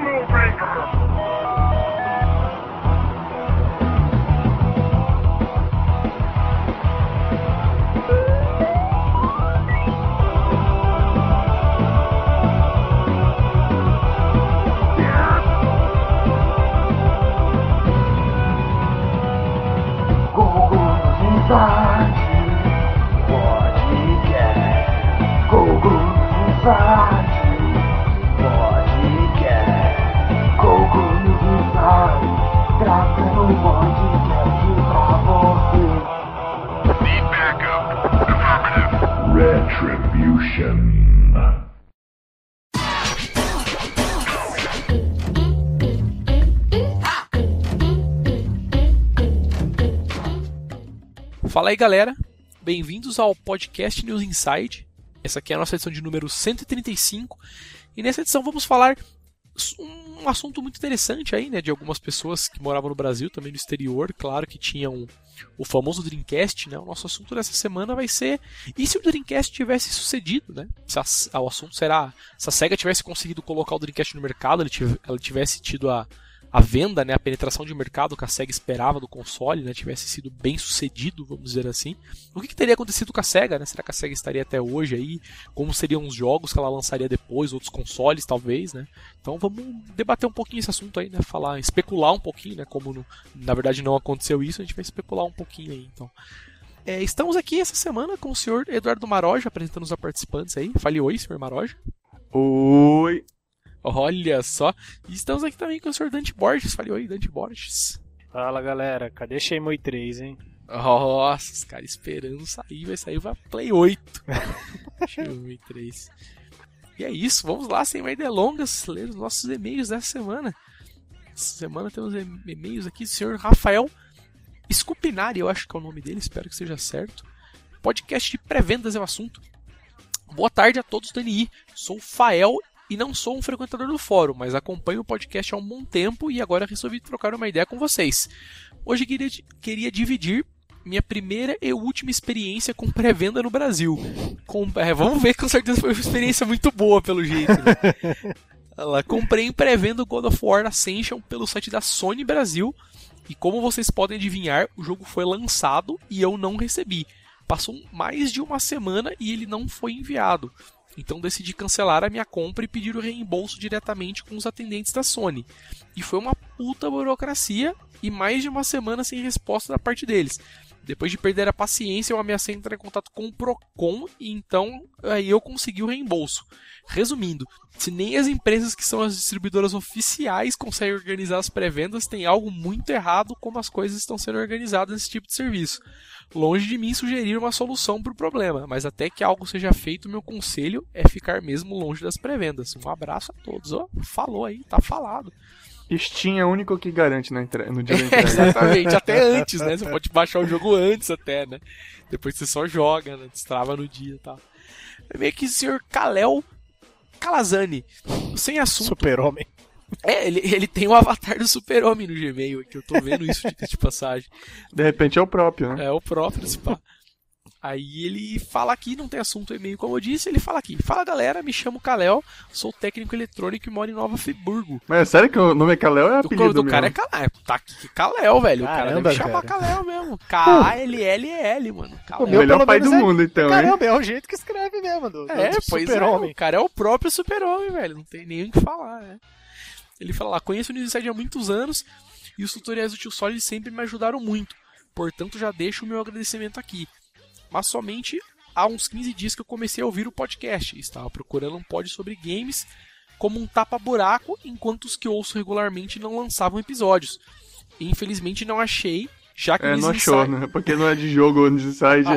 Fala aí, galera, bem-vindos ao podcast News Inside. Essa aqui é a nossa edição de número 135 e nessa edição vamos falar um assunto muito interessante aí, né, de algumas pessoas que moravam no Brasil, também no exterior, claro que tinham o famoso Dreamcast, né. O nosso assunto dessa semana vai ser: e se o Dreamcast tivesse sucedido, né? O assunto será: se a Sega tivesse conseguido colocar o Dreamcast no mercado, ela tivesse tido a venda, né, a penetração de mercado que a Sega esperava do console, né, tivesse sido bem sucedido, vamos dizer assim. O que teria acontecido com a Sega, né? Será que a Sega estaria até hoje aí? Como seriam os jogos que ela lançaria depois, outros consoles talvez, né? Então vamos debater um pouquinho esse assunto aí, né? Especular um pouquinho, né? Como na verdade não aconteceu isso, a gente vai especular um pouquinho aí, então. Estamos aqui essa semana com o senhor Eduardo Maroja apresentando os participantes aí. Fale oi, senhor Maroja. Oi. Olha só, e estamos aqui também com o Sr. Dante Borges. Fale oi, Dante Borges. Fala, galera, cadê Shenmue 3, hein? Nossa, os caras esperando sair, vai sair pra Play 8. Shenmue 3. E é isso, vamos lá, sem mais delongas, ler os nossos e-mails dessa semana. Essa semana temos e-mails aqui do Sr. Rafael Scupinari, eu acho que é o nome dele, espero que seja certo. Podcast de pré-vendas é o assunto. Boa tarde a todos do NI, sou o Fael e não sou um frequentador do fórum, mas acompanho o podcast há um bom tempo e agora resolvi trocar uma ideia com vocês. Hoje queria dividir minha primeira e última experiência com pré-venda no Brasil. Vamos ver, com certeza foi uma experiência muito boa, pelo jeito, né? Comprei em pré-venda o God of War Ascension pelo site da Sony Brasil e, como vocês podem adivinhar, o jogo foi lançado e eu não recebi. Passou mais de uma semana e ele não foi enviado. Então decidi cancelar a minha compra e pedir o reembolso diretamente com os atendentes da Sony. E foi uma puta burocracia e mais de uma semana sem resposta da parte deles. Depois de perder a paciência, eu ameacei entrar em contato com o Procon e então aí eu consegui o reembolso. Resumindo, se nem as empresas que são as distribuidoras oficiais conseguem organizar as pré-vendas, tem algo muito errado como as coisas estão sendo organizadas nesse tipo de serviço. Longe de mim sugerir uma solução para o problema, mas até que algo seja feito, meu conselho é ficar mesmo longe das pré-vendas. Um abraço a todos. Falou aí, tá falado. Steam é o único que garante no dia da entrega. Exatamente, até antes, né? Você pode baixar o jogo antes até, né? Depois você só joga, né? Destrava no dia e tal. É meio que o senhor Kalel Calazani, sem assunto. Super-Homem. Ele tem o avatar do Super-Homem no Gmail aqui, eu tô vendo isso de passagem. De repente é o próprio, né? É o próprio, se pá. Aí ele fala aqui, não tem assunto e-mail como eu disse, ele fala aqui: fala galera, me chamo Kalel, sou técnico eletrônico e moro em Nova Friburgo. Mas é sério que o nome é Kalel ou é apelido do cara é Kalel, tá aqui Kalel, velho. Caramba, o cara deve chamar Kalel mesmo. K-A-L-L-L, mano. O melhor pai do mundo, então, hein? Caramba, é o jeito que escreve mesmo, do pois Super-Homem. O cara é o próprio Super-Homem, velho, não tem nem o que falar, né? Ele fala lá: conheço o News Inside há muitos anos e os tutoriais do Tio Solid sempre me ajudaram muito, portanto já deixo o meu agradecimento aqui. Mas somente há uns 15 dias que eu comecei a ouvir o podcast. Estava procurando um pod sobre games como um tapa-buraco, enquanto os que ouço regularmente não lançavam episódios. E, infelizmente não achei, já que não achou, né? Porque não é de jogo News Inside.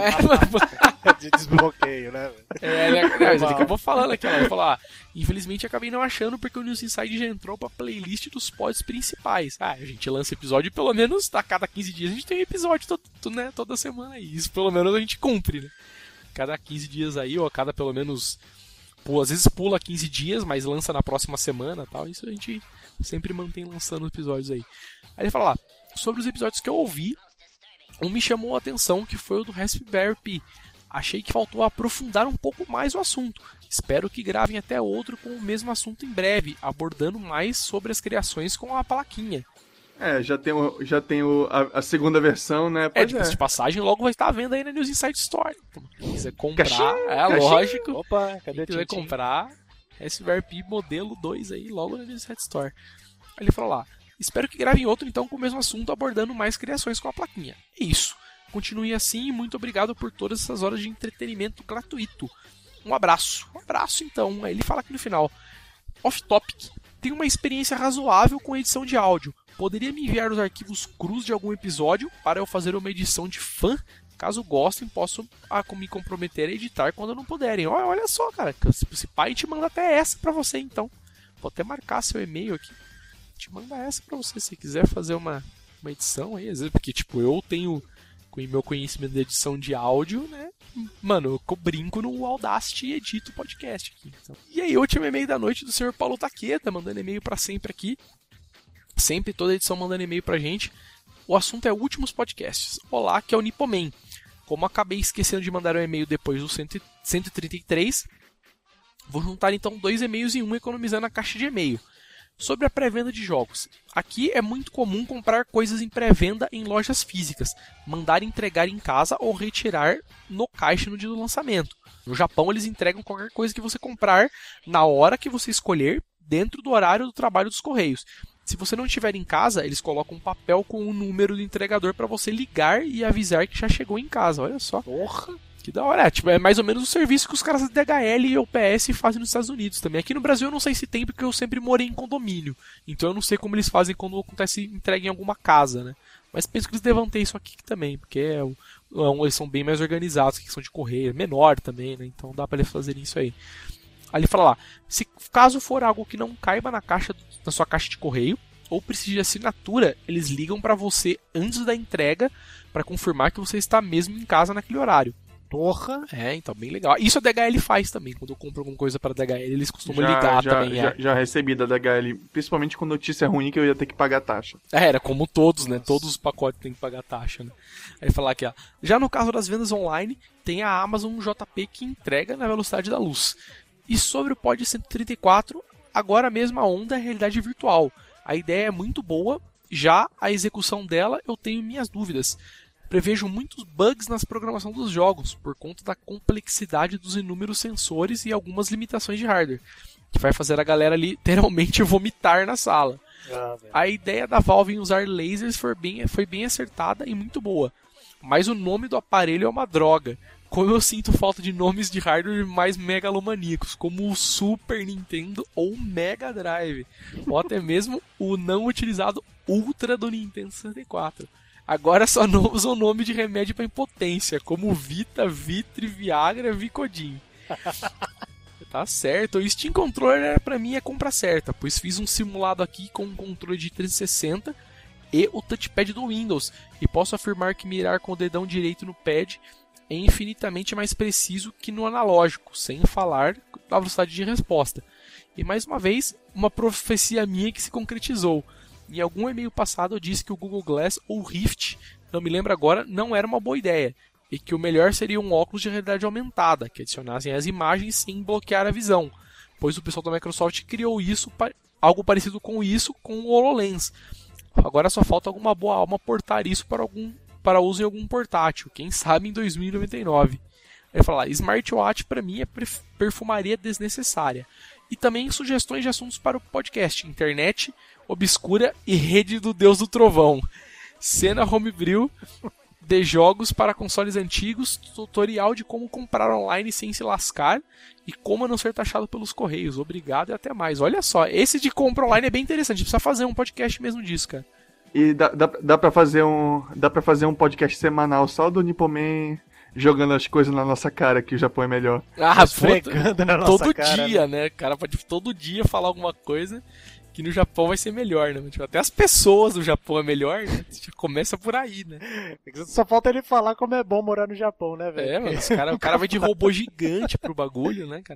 De desbloqueio, né? Ele acabou falando aqui, ele falou: infelizmente acabei não achando porque o News Inside já entrou pra playlist dos pods principais. A gente lança episódio pelo menos a cada 15 dias a gente tem um episódio né, toda semana aí. Isso pelo menos a gente cumpre, né? Cada 15 dias aí, ou a cada pelo menos... às vezes pula 15 dias, mas lança na próxima semana e tal. Isso a gente sempre mantém lançando episódios aí. Aí ele fala lá: sobre os episódios que eu ouvi, um me chamou a atenção, que foi o do Raspberry Pi. Achei que faltou aprofundar um pouco mais o assunto. Espero que gravem até outro com o mesmo assunto em breve, abordando mais sobre as criações com a plaquinha. Já tem a segunda versão, né? Pois de passagem, logo vai estar à venda aí na News Insight Store. Quem quiser comprar, lógico. Opa, cadê quem quiser comprar, SVRP modelo 2 aí, logo na News Insight Store. Aí ele falou lá, espero que gravem outro então com o mesmo assunto, abordando mais criações com a plaquinha. É isso. Continue assim e muito obrigado por todas essas horas de entretenimento gratuito. Um abraço. Um abraço então. Aí ele fala aqui no final. Off topic. Tenho uma experiência razoável com edição de áudio. Poderia me enviar os arquivos crus de algum episódio para eu fazer uma edição de fã? Caso gostem, posso me comprometer a editar quando não puderem. Olha só, cara. Se pai te manda até essa pra você então. Vou até marcar seu e-mail aqui. Te manda essa pra você se quiser fazer uma edição aí. Às vezes, porque tipo, eu tenho... com o meu conhecimento de edição de áudio, né? Mano, eu brinco no Audacity e edito o podcast aqui. Então. E aí, último e-mail da noite do Sr. Paulo Taqueda, mandando e-mail pra sempre aqui. Sempre, toda edição mandando e-mail pra gente. O assunto é últimos podcasts. Olá, que é o Nipoman. Como acabei esquecendo de mandar um e-mail depois do 133, vou juntar então 2 e-mails em um, economizando a caixa de e-mail. Sobre a pré-venda de jogos. Aqui é muito comum comprar coisas em pré-venda em lojas físicas, mandar entregar em casa ou retirar no caixa no dia do lançamento. No Japão eles entregam qualquer coisa que você comprar na hora que você escolher, dentro do horário do trabalho dos correios. Se você não estiver em casa, eles colocam um papel com o número do entregador para você ligar e avisar que já chegou em casa. Olha só. Porra! Que da hora. É mais ou menos o serviço que os caras da DHL e UPS fazem nos Estados Unidos também. Aqui no Brasil eu não sei se tem, porque eu sempre morei em condomínio. Então eu não sei como eles fazem quando acontece entrega em alguma casa, né? Mas penso que eles devam ter isso aqui também, porque eles são bem mais organizados, que são de correio, menor também, né? Então dá pra eles fazerem isso aí. Aí ele fala lá, se caso for algo que não caiba na sua caixa de correio, ou precise de assinatura, eles ligam pra você antes da entrega pra confirmar que você está mesmo em casa naquele horário. Porra! Então bem legal. Isso a DHL faz também. Quando eu compro alguma coisa para a DHL, eles costumam ligar também. Já recebi da DHL, principalmente com notícia ruim que eu ia ter que pagar taxa. Era como todos, né? Todos os pacotes têm que pagar taxa, né? Aí falar aqui, ó. Já no caso das vendas online, tem a Amazon JP que entrega na velocidade da luz. E sobre o Pod 134, agora mesmo a onda é realidade virtual. A ideia é muito boa, já a execução dela eu tenho minhas dúvidas. Prevejo muitos bugs nas programações dos jogos, por conta da complexidade dos inúmeros sensores e algumas limitações de hardware, que vai fazer a galera literalmente vomitar na sala. A ideia da Valve em usar lasers foi bem acertada e muito boa, mas o nome do aparelho é uma droga. Como eu sinto falta de nomes de hardware mais megalomaníacos, como o Super Nintendo ou Mega Drive, ou até mesmo o não utilizado Ultra do Nintendo 64. Agora só não usam o nome de remédio para impotência, como Vita, Vitri, Viagra, Vicodin. Tá certo. O Steam Controller pra mim é compra certa, pois fiz um simulado aqui com um controle de 360 e o touchpad do Windows, e posso afirmar que mirar com o dedão direito no pad é infinitamente mais preciso que no analógico, sem falar da velocidade de resposta. E mais uma vez, uma profecia minha que se concretizou. Em algum e-mail passado eu disse que o Google Glass ou Rift, não me lembro agora, não era uma boa ideia, e que o melhor seria um óculos de realidade aumentada, que adicionassem as imagens sem bloquear a visão, pois o pessoal da Microsoft criou isso, algo parecido com isso, com o HoloLens. Agora só falta alguma boa alma portar isso para uso em algum portátil, quem sabe em 2099. Ele fala, smartwatch para mim é perfumaria desnecessária. E também sugestões de assuntos para o podcast, internet obscura e rede do Deus do Trovão, cena homebrew de jogos para consoles antigos, tutorial de como comprar online sem se lascar e como não ser taxado pelos correios. Obrigado e até mais. Olha só, esse de compra online é bem interessante, precisa fazer um podcast mesmo disso, cara. E dá pra fazer um podcast semanal só do Nipoman jogando as coisas na nossa cara, que o Japão é melhor. Esfregando na nossa cara. Todo dia, né? O cara pode todo dia falar alguma coisa que no Japão vai ser melhor, né? Tipo, até as pessoas do Japão é melhor, né? Já começa por aí, né? Só falta ele falar como é bom morar no Japão, né, velho? Mano, o cara vai de robô gigante pro bagulho, né, cara?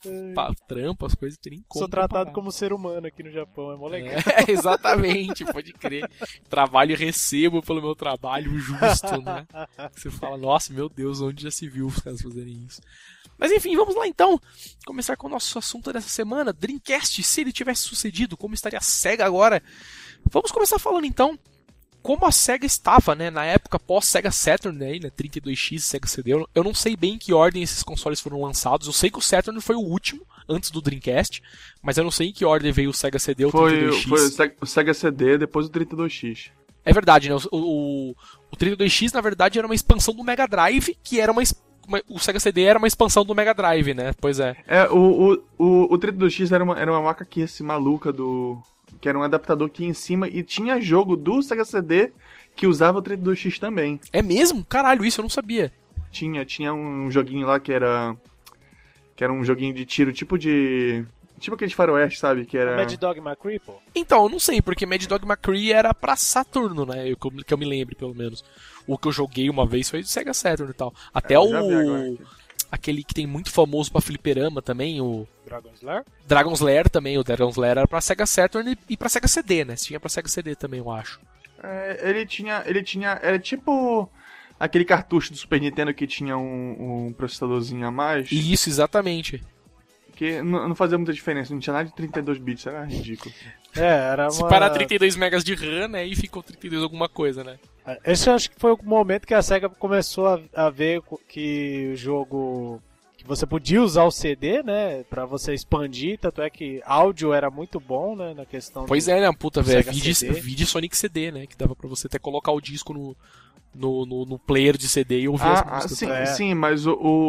trampo, as coisas, não tem nem como. Sou tratado comparar. como ser humano aqui no Japão, é mó legal. Exatamente, pode crer. Trabalho e recebo pelo meu trabalho justo, né? Você fala, nossa, meu Deus, onde já se viu os caras fazerem isso? Mas enfim, vamos lá então. Começar com o nosso assunto dessa semana. Dreamcast, se ele tivesse sucedido, como estaria a SEGA agora? Vamos começar falando então como a SEGA estava, né, na época pós-SEGA Saturn, né, 32X e SEGA CD. Eu não sei bem em que ordem esses consoles foram lançados. Eu sei que o Saturn foi o último, antes do Dreamcast, mas eu não sei em que ordem veio o SEGA CD ou o 32X. Foi o SEGA CD, depois o 32X. É verdade, né, o 32X, na verdade, era uma expansão do Mega Drive, que era o Sega CD era uma expansão do Mega Drive, né? Pois é. O 32X era uma macaquice maluca que era um adaptador que ia em cima e tinha jogo do Sega CD que usava o 32X também. É mesmo? Caralho, isso eu não sabia. Tinha um joguinho lá que era um joguinho de tiro, tipo aquele de faroeste, sabe? Que era... Mad Dog McCree, pô. Então, eu não sei, porque Mad Dog McCree era pra Saturno, né? Que eu me lembre, pelo menos. O que eu joguei uma vez foi do Sega Saturn e tal. Até aquele que tem muito famoso pra fliperama também, o... Dragon's Lair também. O Dragon's Lair era pra Sega Saturn e pra Sega CD, né? Tinha pra Sega CD também, eu acho. Ele tinha... Era tipo... aquele cartucho do Super Nintendo que tinha um processadorzinho a mais. Isso, exatamente. Que não fazia muita diferença, não tinha nada de 32 bits, era ridículo. Era uma... Se parar 32 megas de RAM, né, e ficou 32 alguma coisa, né? Esse eu acho que foi o momento que a SEGA começou a ver que o jogo... que você podia usar o CD, né, pra você expandir, tanto é que áudio era muito bom, né, na questão... Pois é, né, puta, velho, vídeo Sonic CD, né, que dava pra você até colocar o disco no player de CD e ouvir as músicas. Sim, mas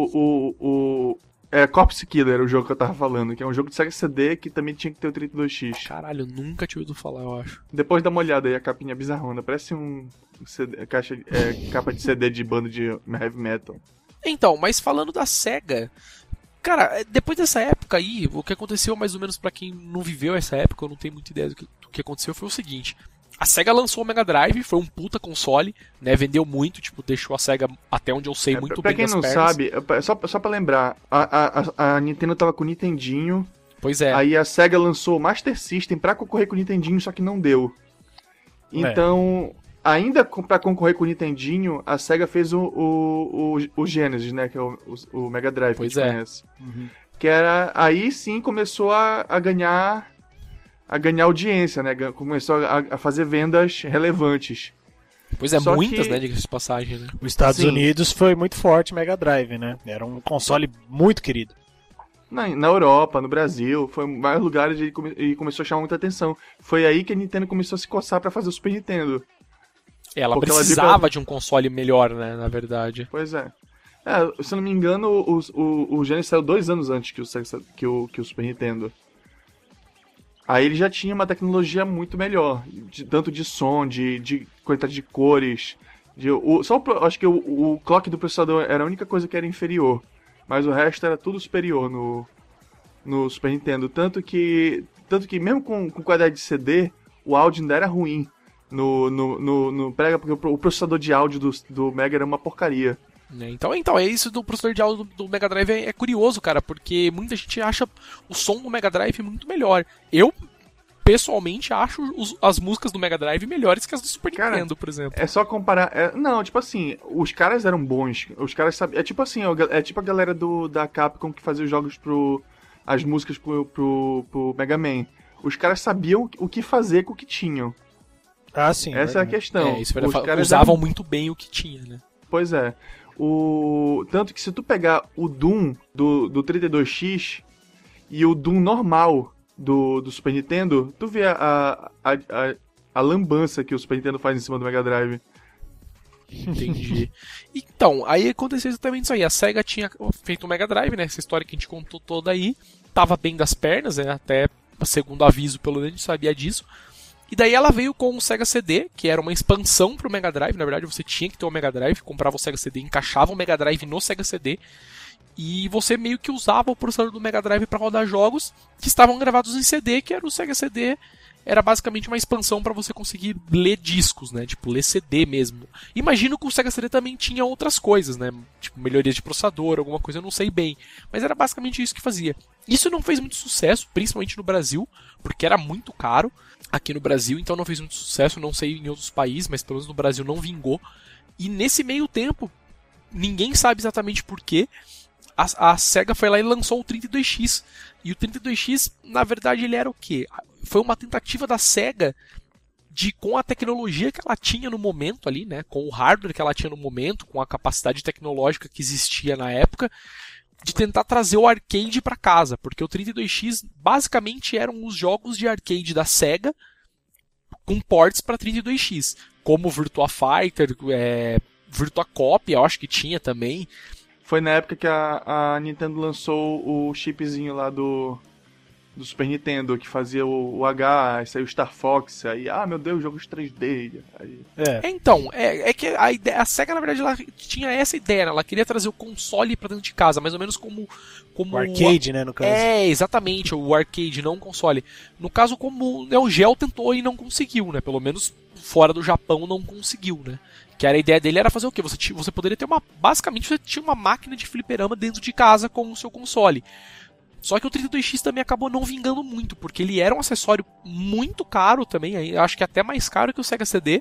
Corpse Killer era o jogo que eu tava falando, que é um jogo de Sega CD que também tinha que ter o 32X. Caralho, eu nunca tinha ouvido falar, eu acho. Depois dá uma olhada aí, a capinha bizarrona, parece capa de CD de banda de heavy metal. Então, mas falando da SEGA, cara, depois dessa época aí, o que aconteceu mais ou menos pra quem não viveu essa época, eu não tenho muita ideia do que aconteceu, foi o seguinte... A SEGA lançou o Mega Drive, foi um puta console, né, vendeu muito, tipo, deixou a SEGA, até onde eu sei, muito bem das pernas. Pra quem não sabe, só pra lembrar, a Nintendo tava com o Nintendinho, pois é. Aí a SEGA lançou o Master System pra concorrer com o Nintendinho, só que não deu. Então, ainda pra concorrer com o Nintendinho, a SEGA fez o Genesis, né, que é o Mega Drive, pois que a gente conhece. Uhum. Que era, aí sim começou a ganhar audiência, né? Começou a fazer vendas relevantes. Pois é, muitas, né, de passagem, né? Os Estados Unidos foi muito forte Mega Drive, né? Era um console muito querido. Na Europa, no Brasil, foi em vários lugares e começou a chamar muita atenção. Foi aí que a Nintendo começou a se coçar pra fazer o Super Nintendo. Ela precisava de um console melhor, né, na verdade. Pois é. Se eu não me engano, o Genesis saiu 2 anos antes que o Super Nintendo. Aí ele já tinha uma tecnologia muito melhor, tanto de som, de quantidade de cores. Acho que o clock do processador era a única coisa que era inferior, mas o resto era tudo superior no Super Nintendo. Tanto que mesmo com qualidade de CD, o áudio ainda era ruim no Prega, porque o processador de áudio do Mega era uma porcaria. Então, é isso do processador de áudio do Mega Drive, é curioso, cara, porque muita gente acha o som do Mega Drive muito melhor. Eu, pessoalmente, acho as músicas do Mega Drive melhores que as do Super Nintendo, por exemplo. É só comparar... não, tipo assim, os caras eram bons, os caras sabiam... É tipo assim, é tipo a galera da Capcom que fazia os jogos as músicas pro Mega Man. Os caras sabiam o que fazer com o que tinham. Ah, sim. Essa é a questão. Os caras usavam muito bem o que tinha, né? Pois é. Tanto que se tu pegar o Doom do 32X e o Doom normal do Super Nintendo, tu vê a lambança que o Super Nintendo faz em cima do Mega Drive. Entendi. Então, aí aconteceu exatamente isso aí. A SEGA tinha feito o Mega Drive, né? Essa história que a gente contou toda aí. Tava bem das pernas, né? Até segundo aviso, pelo menos a gente sabia disso. E daí ela veio com o Sega CD, que era uma expansão pro Mega Drive. Na verdade, você tinha que ter o Mega Drive, comprava o Sega CD, encaixava o Mega Drive no Sega CD. E você meio que usava o processador do Mega Drive para rodar jogos que estavam gravados em CD, que era o Sega CD era basicamente uma expansão para você conseguir ler discos, né? Tipo, ler CD mesmo. Imagino que o Sega CD também tinha outras coisas, né? Tipo, melhorias de processador, alguma coisa, eu não sei bem. Mas era basicamente isso que fazia. Isso não fez muito sucesso, principalmente no Brasil, porque era muito caro aqui no Brasil, então não fez muito sucesso, não sei em outros países, mas pelo menos no Brasil não vingou. E nesse meio tempo, ninguém sabe exatamente porquê, a Sega foi lá e lançou o 32X. E o 32X, na verdade, ele era o quê? Foi uma tentativa da Sega de, com a tecnologia que ela tinha no momento ali, né, com o hardware que ela tinha no momento, com a capacidade tecnológica que existia na época, de tentar trazer o arcade para casa, porque o 32X basicamente eram os jogos de arcade da Sega com ports para 32X, como Virtua Fighter, Virtua Cop, eu acho que tinha também. Foi na época que a Nintendo lançou o chipzinho lá do Super Nintendo, que fazia o H, aí saiu o Star Fox, aí, meu Deus, jogos 3D. Aí... Então, é que a Sega, na verdade, ela tinha essa ideia, né? Ela queria trazer o console pra dentro de casa, mais ou menos como o arcade, né, no caso. Exatamente, o arcade, não o console. No caso, como o Neo Geo tentou e não conseguiu, né? Pelo menos fora do Japão não conseguiu, né? Que era a ideia dele era fazer o quê? Você poderia ter basicamente, você tinha uma máquina de fliperama dentro de casa com o seu console. Só que o 32X também acabou não vingando muito, porque ele era um acessório muito caro também, acho que até mais caro que o Sega CD,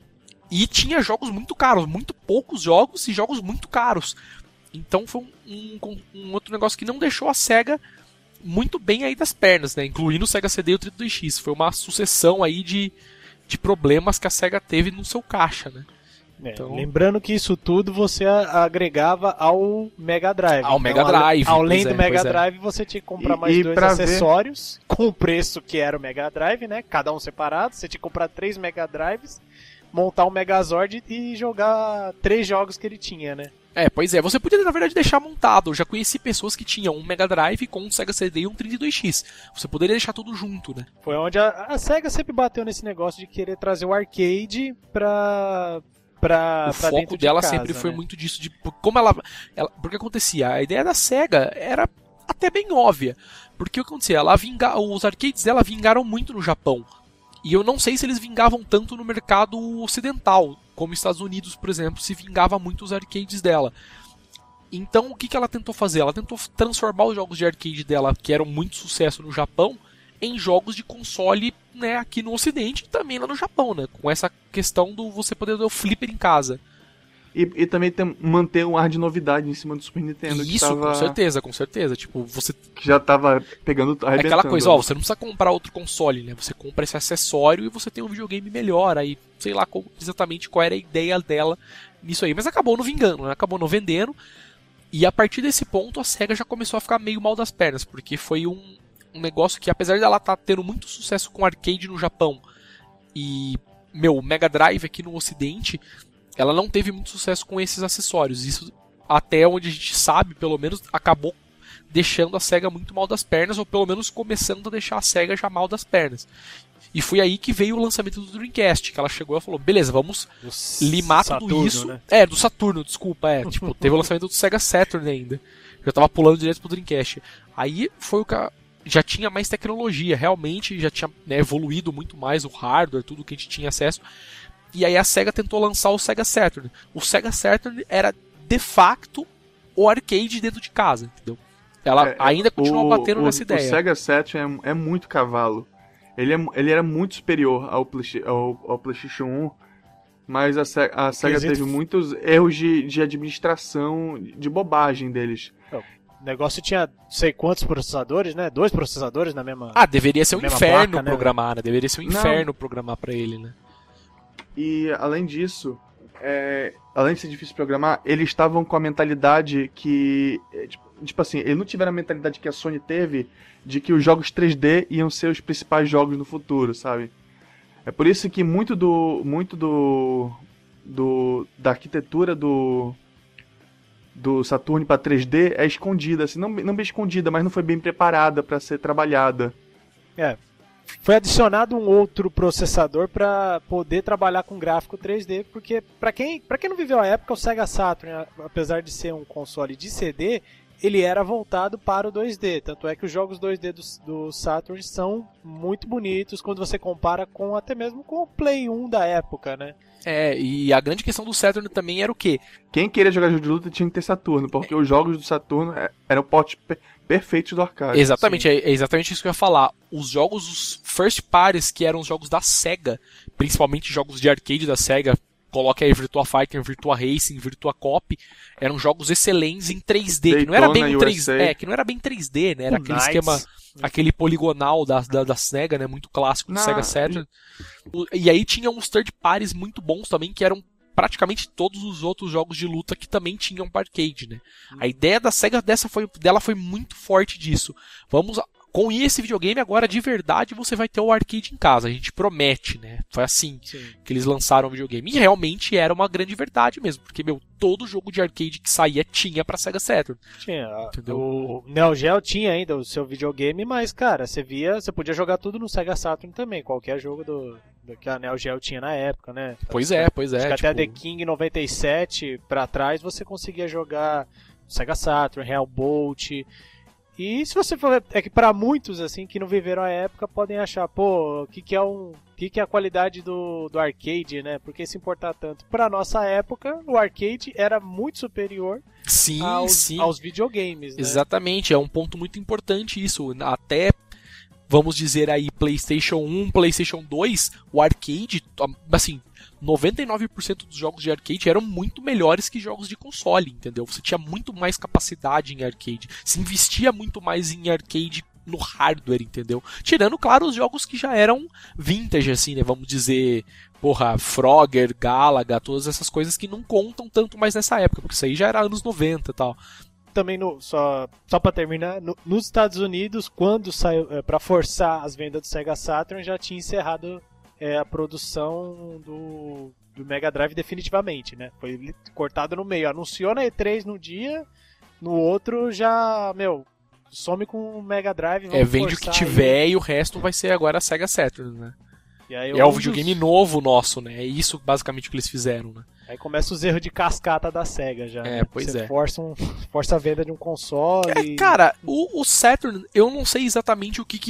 e tinha jogos muito caros, muito poucos jogos e jogos muito caros. Então foi um outro negócio que não deixou a Sega muito bem aí das pernas, né? Incluindo o Sega CD e o 32X. Foi uma sucessão aí de problemas que a Sega teve no seu caixa, né? Então... Lembrando que isso tudo você agregava ao Mega Drive. Ao Mega Drive. Além do Mega Drive, você tinha que comprar mais dois acessórios com o preço que era o Mega Drive, né? Cada um separado. Você tinha que comprar 3 Mega Drives, montar um Megazord e jogar 3 jogos que ele tinha, né? Pois é. Você podia, na verdade, deixar montado. Eu já conheci pessoas que tinham um Mega Drive com um Sega CD e um 32X. Você poderia deixar tudo junto, né? Foi onde a Sega sempre bateu nesse negócio de querer trazer o arcade o foco dela sempre foi muito disso, de como porque acontecia, a ideia da Sega era até bem óbvia, porque o que acontecia, os arcades dela vingaram muito no Japão, e eu não sei se eles vingavam tanto no mercado ocidental, como Estados Unidos, por exemplo, se vingava muito os arcades dela. Então o que ela tentou fazer? Ela tentou transformar os jogos de arcade dela, que eram muito sucesso no Japão, em jogos de console, né, aqui no Ocidente e também lá no Japão, né, com essa questão do você poder ter o flipper em casa. E também manter um ar de novidade em cima do Super Nintendo. Isso, com certeza. Tipo, você... Que já tava pegando, arrebentando. É aquela coisa, você não precisa comprar outro console, né, você compra esse acessório e você tem um videogame melhor, aí sei lá exatamente qual era a ideia dela nisso aí. Mas acabou não vingando, né, acabou não vendendo. E a partir desse ponto a Sega já começou a ficar meio mal das pernas, porque foi um negócio que, apesar dela estar tendo muito sucesso com arcade no Japão e, Mega Drive aqui no Ocidente, ela não teve muito sucesso com esses acessórios. Isso, até onde a gente sabe, pelo menos, acabou deixando a Sega muito mal das pernas, ou pelo menos começando a deixar a Sega já mal das pernas. E foi aí que veio o lançamento do Dreamcast, que ela chegou e falou, beleza, vamos limar tudo isso. Né? Do Saturno, desculpa, tipo, teve o lançamento do Sega Saturn ainda. Já tava pulando direto pro Dreamcast. Aí foi o que já tinha mais tecnologia, realmente já tinha, né, evoluído muito mais o hardware, tudo que a gente tinha acesso. E aí a Sega tentou lançar o Sega Saturn. O Sega Saturn era, de facto, o arcade dentro de casa, entendeu? Ela ainda continuou batendo nessa ideia. O Sega Saturn é muito cavalo. Ele era muito superior ao PlayStation 1, mas a Sega teve muitos erros de administração, de bobagem deles. O negócio tinha não sei quantos processadores, né? 2 processadores na mesma... deveria ser um inferno placa, programar, né? Deveria ser um inferno programar pra ele, né? E, além disso, além de ser difícil programar, eles estavam com a mentalidade que... Tipo assim, eles não tiveram a mentalidade que a Sony teve de que os jogos 3D iam ser os principais jogos no futuro, sabe? É por isso que muito da arquitetura do Saturn para 3D é escondida, assim, não bem escondida, mas não foi bem preparada para ser trabalhada. Foi adicionado um outro processador para poder trabalhar com gráfico 3D, porque para quem não viveu a época, o Sega Saturn, apesar de ser um console de CD, ele era voltado para o 2D. Tanto é que os jogos 2D do Saturn são muito bonitos quando você compara com até mesmo com o Play 1 da época, né? E a grande questão do Saturn também era o quê? Quem queria jogar jogo de luta tinha que ter Saturno, porque os jogos do Saturno eram o porte perfeito do arcade. Exatamente, é exatamente isso que eu ia falar. Os jogos, os first parties, que eram os jogos da SEGA, principalmente jogos de arcade da SEGA, coloca aí Virtua Fighter, Virtua Racing, Virtua Cop, eram jogos excelentes em 3D, que não era bem 3D, que não era bem 3D, né? Era aquele esquema, aquele poligonal da SEGA, né? Muito clássico do Sega Saturn. E aí tinha uns third parties muito bons também, que eram praticamente todos os outros jogos de luta que também tinham para arcade, né? A ideia da SEGA dela foi muito forte disso. Com esse videogame agora de verdade você vai ter o arcade em casa, a gente promete, né? Foi assim que eles lançaram o videogame. E realmente era uma grande verdade mesmo, porque, todo jogo de arcade que saía tinha pra Sega Saturn. Tinha. Entendeu? O Neo Geo tinha ainda o seu videogame, mas, cara, você podia jogar tudo no Sega Saturn também, qualquer jogo do que a Neo Geo tinha na época, né? Pois é. Acho que até a The King 97 pra trás você conseguia jogar no Sega Saturn, Real Bolt. E se você for, é que para muitos assim que não viveram a época podem achar, o que é a qualidade do arcade, né? Por que se importar tanto? Para nossa época, o arcade era muito superior aos videogames, né? Exatamente, é um ponto muito importante isso. Até, vamos dizer aí, PlayStation 1, PlayStation 2, o arcade, assim, 99% dos jogos de arcade eram muito melhores que jogos de console, entendeu? Você tinha muito mais capacidade em arcade, se investia muito mais em arcade no hardware, entendeu? Tirando, claro, os jogos que já eram vintage, assim, né? Vamos dizer, Frogger, Galaga, todas essas coisas que não contam tanto mais nessa época, porque isso aí já era anos 90 e tal. Também, só para terminar, nos Estados Unidos, quando saiu para forçar as vendas do Sega Saturn, já tinha encerrado a produção do Mega Drive definitivamente, né? Foi cortado no meio. Anunciou na E3 no dia, no outro já, some com o Mega Drive. Vende o que tiver e o resto vai ser agora a Sega Saturn, né? E aí, é o videogame novo nosso, né? É isso basicamente que eles fizeram, né? Aí começa os erros de cascata da SEGA já. Pois é. Força a venda de um console. Cara, o Saturn, eu não sei exatamente o que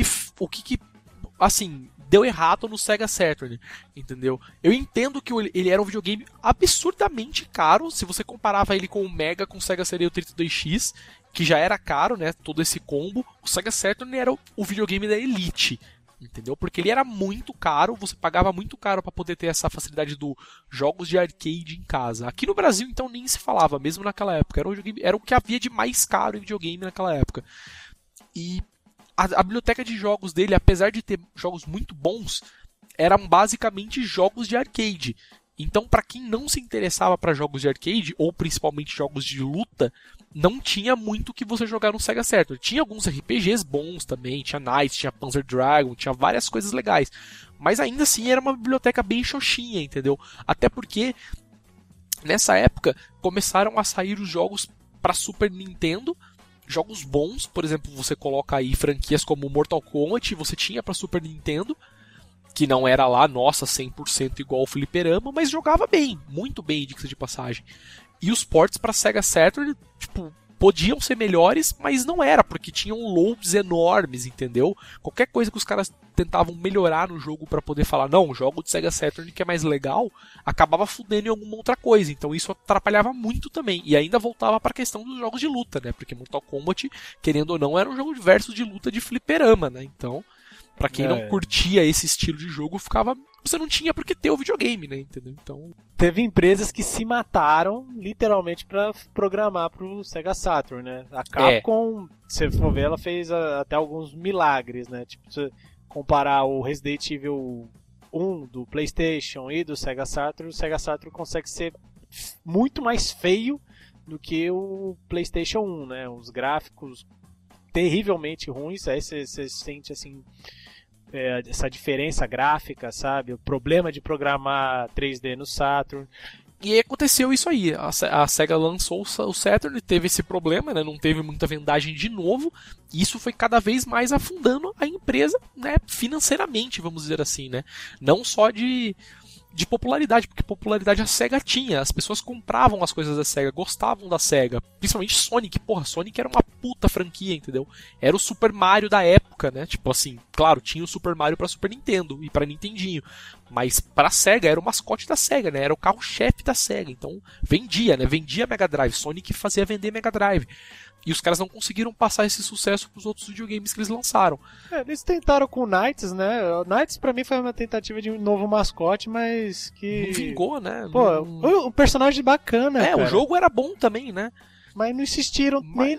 assim, deu errado no Sega Saturn, entendeu? Eu entendo que ele era um videogame absurdamente caro, se você comparava ele com o Mega, com o Sega CD 32X, que já era caro, né, todo esse combo. O Sega Saturn era o videogame da elite, entendeu? Porque ele era muito caro, você pagava muito caro para poder ter essa facilidade dos jogos de arcade em casa. Aqui no Brasil, então, nem se falava, mesmo naquela época. Era o que havia de mais caro em videogame naquela época. E a biblioteca de jogos dele, apesar de ter jogos muito bons, eram basicamente jogos de arcade. Então, para quem não se interessava para jogos de arcade, ou principalmente jogos de luta, não tinha muito o que você jogar no Sega Saturn. Tinha alguns RPGs bons também, tinha Knights, tinha Panzer Dragon, tinha várias coisas legais. Mas ainda assim era uma biblioteca bem xoxinha, entendeu? Até porque, nessa época, começaram a sair os jogos para Super Nintendo, jogos bons, por exemplo, você coloca aí franquias como Mortal Kombat, você tinha para Super Nintendo, que não era lá, 100% igual ao fliperama, mas jogava bem, muito bem, diga-se de passagem. E os ports para Sega Saturn, podiam ser melhores, mas não era, porque tinham loads enormes, entendeu? Qualquer coisa que os caras tentavam melhorar no jogo para poder falar, não, o jogo de Sega Saturn que é mais legal, acabava fudendo em alguma outra coisa, então isso atrapalhava muito também, e ainda voltava para a questão dos jogos de luta, né? Porque Mortal Kombat, querendo ou não, era um jogo diverso de luta de fliperama, né? Então, para quem não curtia esse estilo de jogo, você não tinha por que ter o videogame, né? Entendeu? Então, teve empresas que se mataram literalmente para programar pro Sega Saturn, né? A Capcom, se você for ver, ela fez até alguns milagres, né? Tipo, se comparar o Resident Evil 1 do PlayStation e do Sega Saturn, o Sega Saturn consegue ser muito mais feio do que o PlayStation 1, né? Os gráficos terrivelmente ruins, aí você sente assim essa diferença gráfica, sabe? O problema de programar 3D no Saturn. E aconteceu isso aí. A SEGA lançou o Saturn, teve esse problema, né? Não teve muita vendagem de novo. E isso foi cada vez mais afundando a empresa, né? Financeiramente, vamos dizer assim, né? Não só de de popularidade, porque popularidade a SEGA tinha, as pessoas compravam as coisas da SEGA, gostavam da SEGA, principalmente Sonic, porra, Sonic era uma puta franquia, entendeu? Era o Super Mario da época, né? Tipo assim, claro, tinha o Super Mario pra Super Nintendo e pra Nintendinho, mas pra SEGA era o mascote da SEGA, né? Era o carro-chefe da SEGA, então vendia, né? Vendia Mega Drive, Sonic fazia vender Mega Drive. E os caras não conseguiram passar esse sucesso pros outros videogames que eles lançaram. Eles tentaram com o Knights, né? O Knights pra mim foi uma tentativa de um novo mascote, mas que... Não vingou, né? Pô, o personagem bacana, cara. O jogo era bom também, né? Mas não insistiram nem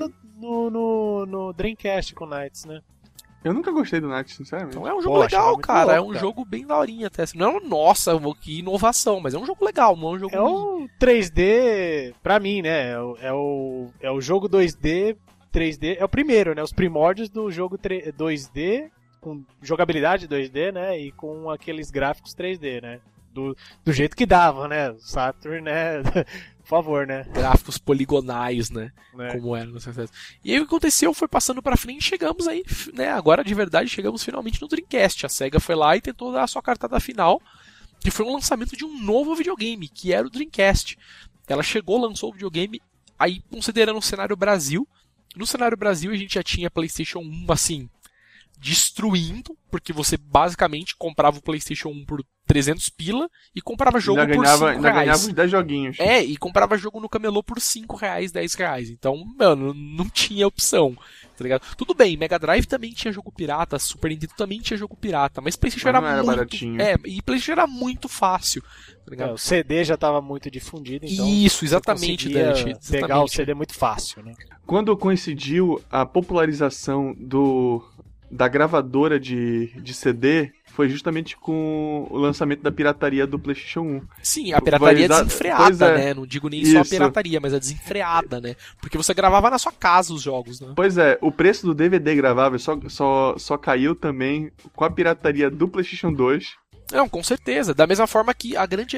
no Dreamcast com o Knights, né? Eu nunca gostei do Knights, sinceramente. Então é um jogo legal, cara. Louco, é um jogo bem daorinha até. Não é nossa, que inovação, mas é um jogo legal, não é um jogo... É o 3D, pra mim, né? É o jogo 2D, 3D, é o primeiro, né? Os primórdios do jogo 2D, com jogabilidade 2D, né? E com aqueles gráficos 3D, né? Do jeito que dava, né? Saturn, né? Por favor, né? Gráficos poligonais, né? Como era no sucesso. E aí o que aconteceu foi passando pra frente, chegamos aí, né? Agora de verdade chegamos finalmente no Dreamcast. A SEGA foi lá e tentou dar a sua cartada final, que foi um lançamento de um novo videogame, que era o Dreamcast. Ela chegou, lançou o videogame, aí considerando o cenário Brasil. No cenário Brasil a gente já tinha PlayStation 1, assim, destruindo, porque você basicamente comprava o PlayStation 1 por 300 pila e comprava jogo por 5 reais. Ainda ganhava uns 10 joguinhos. E comprava jogo no camelô por 5 reais, 10 reais. Então, mano, não tinha opção, tá ligado? Tudo bem, Mega Drive também tinha jogo pirata, Super Nintendo também tinha jogo pirata, mas PlayStation era muito... baratinho. E PlayStation era muito fácil, tá ligado? O CD já tava muito difundido, então... Isso, exatamente, Dante. Pegar o CD muito fácil, né? Quando coincidiu a popularização da gravadora de CD, foi justamente com o lançamento da pirataria do PlayStation 1. Sim, a pirataria desenfreada, né? Não digo nem só a pirataria, mas a desenfreada, né? Porque você gravava na sua casa os jogos, né? Pois é, o preço do DVD gravável só caiu também com a pirataria do PlayStation 2. Não, com certeza. Da mesma forma que a grande...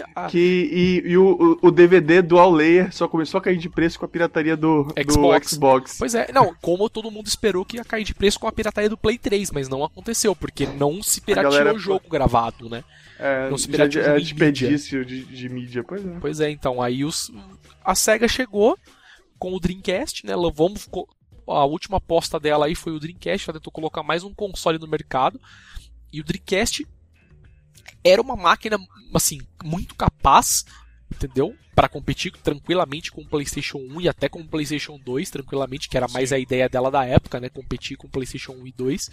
o DVD Dual Layer só começou a cair de preço com a pirataria do Xbox. Pois é, não, como todo mundo esperou que ia cair de preço com a pirataria do Play 3, mas não aconteceu, porque não se pirateou o jogo gravado, né? Não se pirateou desperdício de mídia, pois é. Pois é, então, aí a SEGA chegou com o Dreamcast, né? A última aposta dela aí foi o Dreamcast, ela tentou colocar mais um console no mercado, e o Dreamcast era uma máquina, assim, muito capaz, entendeu? Para competir tranquilamente com o PlayStation 1 e até com o PlayStation 2, tranquilamente, que era mais a ideia dela da época, né? Competir com o PlayStation 1 e 2.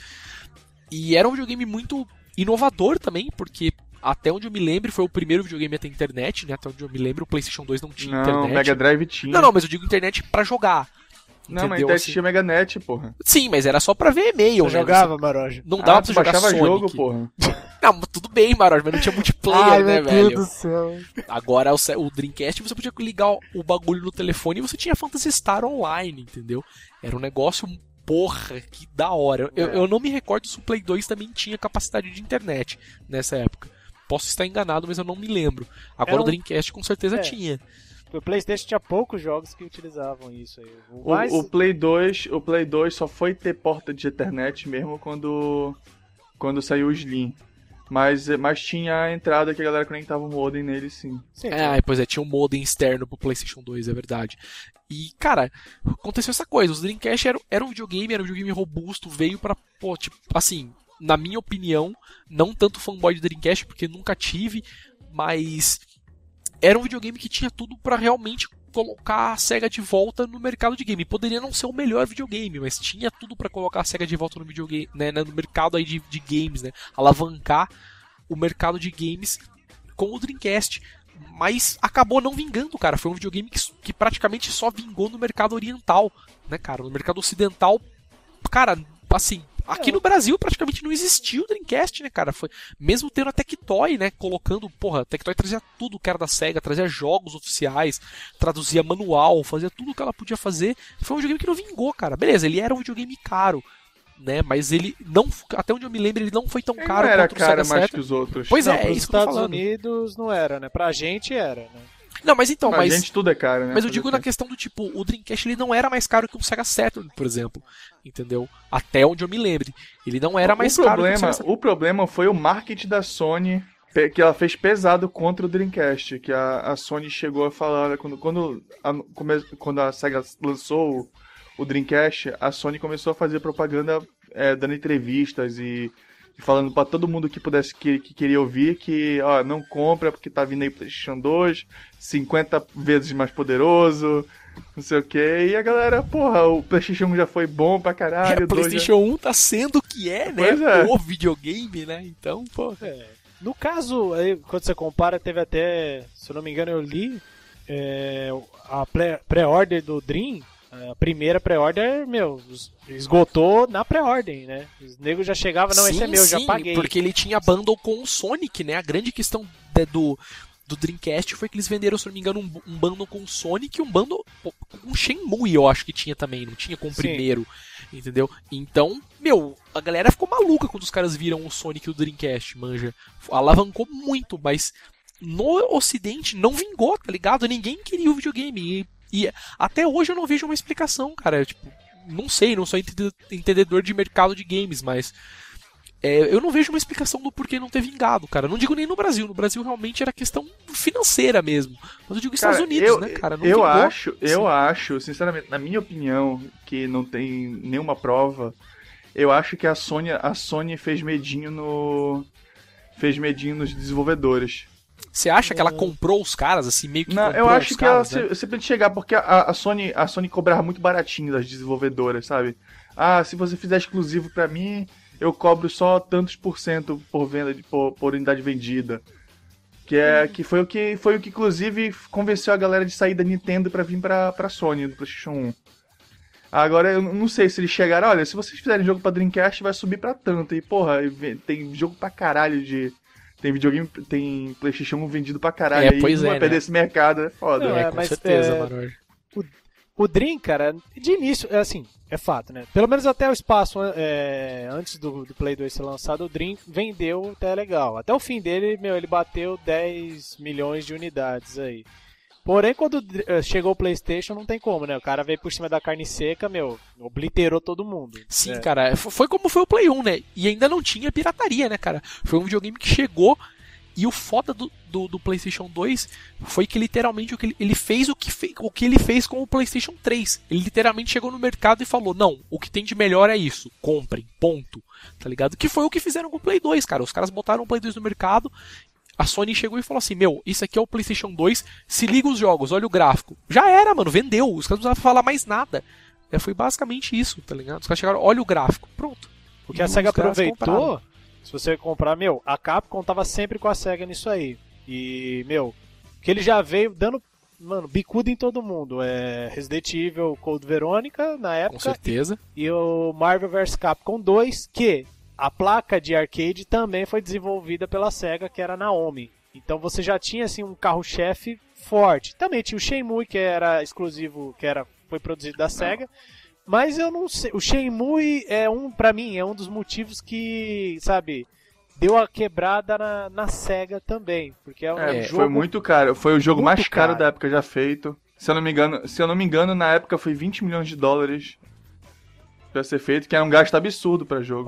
E era um videogame muito inovador também, porque até onde eu me lembro foi o primeiro videogame a ter internet, né? Até onde eu me lembro o PlayStation 2 não tinha internet. Não, o Mega Drive tinha. Não, mas eu digo internet pra jogar. Não, mas até tinha Meganet, porra. Sim, mas era só pra ver e-mail, né? Jogava, Maroja. Não dava pra você jogar baixava Sonic. Jogo, porra. Não, tudo bem, Maroja, mas não tinha multiplayer, né, velho? Meu Deus do céu. Agora, o Dreamcast, você podia ligar o bagulho no telefone e você tinha Phantasy Star Online, entendeu? Era um negócio, porra, que da hora. Eu não me recordo se o Play 2 também tinha capacidade de internet nessa época. Posso estar enganado, mas eu não me lembro. Agora o Dreamcast com certeza tinha. O PlayStation tinha poucos jogos que utilizavam isso aí. O Play 2 só foi ter porta de Ethernet mesmo quando saiu o Slim. Mas tinha a entrada que a galera conectava o modem nele, sim. Pois é, tinha um modem externo pro PlayStation 2, é verdade. E, cara, aconteceu essa coisa. Os Dreamcast era um videogame robusto, veio pra, tipo, assim, na minha opinião, não tanto fanboy de Dreamcast, porque nunca tive, mas... era um videogame que tinha tudo pra realmente colocar a SEGA de volta no mercado de game. Poderia não ser o melhor videogame, mas tinha tudo pra colocar a SEGA de volta no videogame, né, no mercado aí de games, né? Alavancar o mercado de games com o Dreamcast. Mas acabou não vingando, cara. Foi um videogame que praticamente só vingou no mercado oriental, né, cara? No mercado ocidental, cara, assim... aqui no Brasil praticamente não existiu o Dreamcast, né, cara? Foi, mesmo tendo a Tectoy, né, colocando, porra, a Tectoy trazia tudo que era da SEGA, trazia jogos oficiais, traduzia manual, fazia tudo o que ela podia fazer. Foi um videogame que não vingou, cara. Beleza, ele era um videogame caro, né, mas ele não, até onde eu me lembro, ele não foi tão caro quanto o Sega Saturn. Era mais que os outros. Pois não, é isso que eu tô Estados falando. Unidos não era, né? Pra gente era, né? Não, mas então, a gente tudo é caro, né? Mas eu digo na questão do tipo, o Dreamcast ele não era mais caro que um Sega Saturn, por exemplo. Entendeu? Até onde eu me lembre. Ele não era mais caro que um Sega Saturn. O problema foi o marketing da Sony que ela fez pesado contra o Dreamcast, que a Sony chegou a falar, quando a Sega lançou o Dreamcast, a Sony começou a fazer propaganda, dando entrevistas e falando pra todo mundo que pudesse, que queria ouvir, que ó, não compra porque tá vindo aí o PlayStation 2, 50 vezes mais poderoso, não sei o que. E a galera, porra, o PlayStation 1 já foi bom pra caralho. O PlayStation 1 tá sendo o que é, né? Pois é. O videogame, né? Então, pô. No caso, aí, quando você compara, teve até, se eu não me engano, eu li a pré-order do Dream. A primeira pré-order, esgotou na pré-ordem, né? Os negros já chegavam, não, esse é meu, já paguei. Porque ele tinha bundle com o Sonic, né? A grande questão do Dreamcast foi que eles venderam, se não me engano, um bundle com o Sonic e um bundle com Shenmue, eu acho que tinha também, não tinha com o primeiro, entendeu? Então, a galera ficou maluca quando os caras viram o Sonic e o Dreamcast, manja. Alavancou muito, mas no Ocidente não vingou, tá ligado? Ninguém queria o videogame e até hoje eu não vejo uma explicação, cara. Tipo, não sei, não sou entendedor de mercado de games, mas eu não vejo uma explicação do porquê não ter vingado, cara. Não digo nem no Brasil. No Brasil realmente era questão financeira mesmo. Mas eu digo Estados Unidos, né, cara? Não eu acho, sinceramente, na minha opinião, que não tem nenhuma prova, eu acho que a Sony fez medinho nos desenvolvedores. Você acha que ela comprou os caras, assim, meio que não, comprou eu acho os que caras, ela simplesmente chegar, porque a Sony cobrava muito baratinho das desenvolvedoras, sabe? Ah, se você fizer exclusivo pra mim, eu cobro só tantos % por venda, por unidade vendida. Que foi o que inclusive convenceu a galera de sair da Nintendo pra vir pra Sony, do PlayStation 1. Agora, eu não sei se eles chegaram, olha, se vocês fizerem jogo pra Dreamcast, vai subir pra tanto. E, porra, tem jogo pra caralho tem videogame, tem PlayStation 1 vendido pra caralho. Aí não vai perder esse mercado, é foda. Não, com certeza, Maror. O Dream, cara, de início, é fato, né? Pelo menos até o espaço antes do Play 2 ser lançado, o Dream vendeu até legal. Até o fim dele, ele bateu 10 milhões de unidades aí. Porém, quando chegou o PlayStation, não tem como, né? O cara veio por cima da carne seca, obliterou todo mundo. Sim, cara. Foi como foi o Play 1, né? E ainda não tinha pirataria, né, cara? Foi um videogame que chegou e o foda do PlayStation 2 foi que literalmente ele fez o que ele fez com o PlayStation 3. Ele literalmente chegou no mercado e falou, não, o que tem de melhor é isso, comprem, ponto. Tá ligado? Que foi o que fizeram com o Play 2, cara. Os caras botaram o Play 2 no mercado. A Sony chegou e falou assim, isso aqui é o PlayStation 2, se liga os jogos, olha o gráfico. Já era, mano, vendeu, os caras não precisavam falar mais nada. Foi basicamente isso, tá ligado? Os caras chegaram, olha o gráfico, pronto. O que a SEGA aproveitou, se você comprar, a Capcom tava sempre com a SEGA nisso aí. E, que ele já veio dando, bicuda em todo mundo. Resident Evil Code Veronica, na época. Com certeza. E o Marvel vs Capcom 2, que a placa de arcade também foi desenvolvida pela SEGA, que era a Naomi. Então você já tinha assim um carro-chefe forte. Também tinha o Shenmue, que era exclusivo, foi produzido da SEGA. Mas eu não sei, o Shenmue pra mim, é um dos motivos que, sabe, deu a quebrada na SEGA também. Porque jogo... Foi muito caro, foi o jogo muito mais caro da época já feito. Se eu não me engano, na época foi $20 milhões pra ser feito, que era um gasto absurdo pra jogo.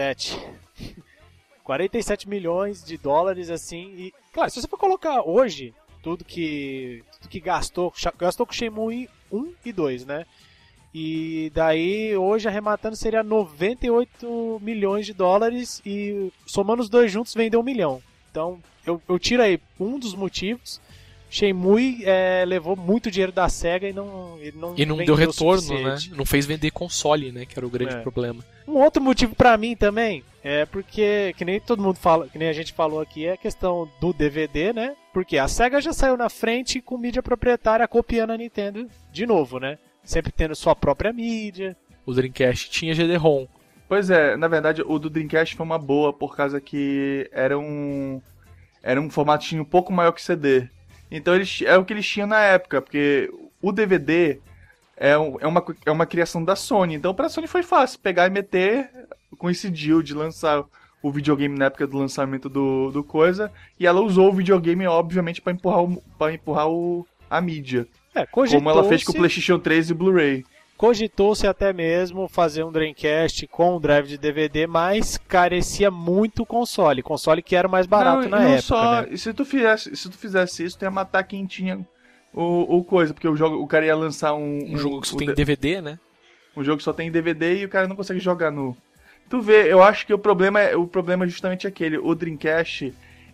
47 milhões de dólares, assim, e, claro, se você for colocar hoje, tudo que gastou com Shenmue 1 e 2, né, e daí, hoje, arrematando, seria 98 milhões de dólares, e somando os dois juntos, vendeu 1 milhão. Então, eu tiro aí um dos motivos. Shenmue levou muito dinheiro da SEGA e não deu retorno, né? Não fez vender console, né? Que era o grande problema. Um outro motivo pra mim também é porque, que nem todo mundo fala, que nem a gente falou aqui, é a questão do DVD, né? Porque a SEGA já saiu na frente com mídia proprietária copiando a Nintendo de novo, né? Sempre tendo sua própria mídia. O Dreamcast tinha GD-ROM. Pois é, na verdade o do Dreamcast foi uma boa, por causa que era um formatinho um pouco maior que CD. Então é o que eles tinham na época, porque o DVD é uma criação da Sony. Então pra Sony foi fácil pegar e meter, coincidiu de lançar o videogame na época do lançamento do coisa, e ela usou o videogame, obviamente, pra empurrar a mídia. Como ela fez com o PlayStation 3 e o Blu-ray. Cogitou-se até mesmo fazer um Dreamcast com um drive de DVD, mas carecia muito o console. Console que era o mais barato na época. Só, né? se tu fizesse isso, tu ia matar quem tinha o coisa, porque o cara ia lançar Um jogo que só tem DVD, né? Um jogo que só tem DVD e o cara não consegue jogar no... Tu vê, eu acho que o problema é justamente aquele. O Dreamcast,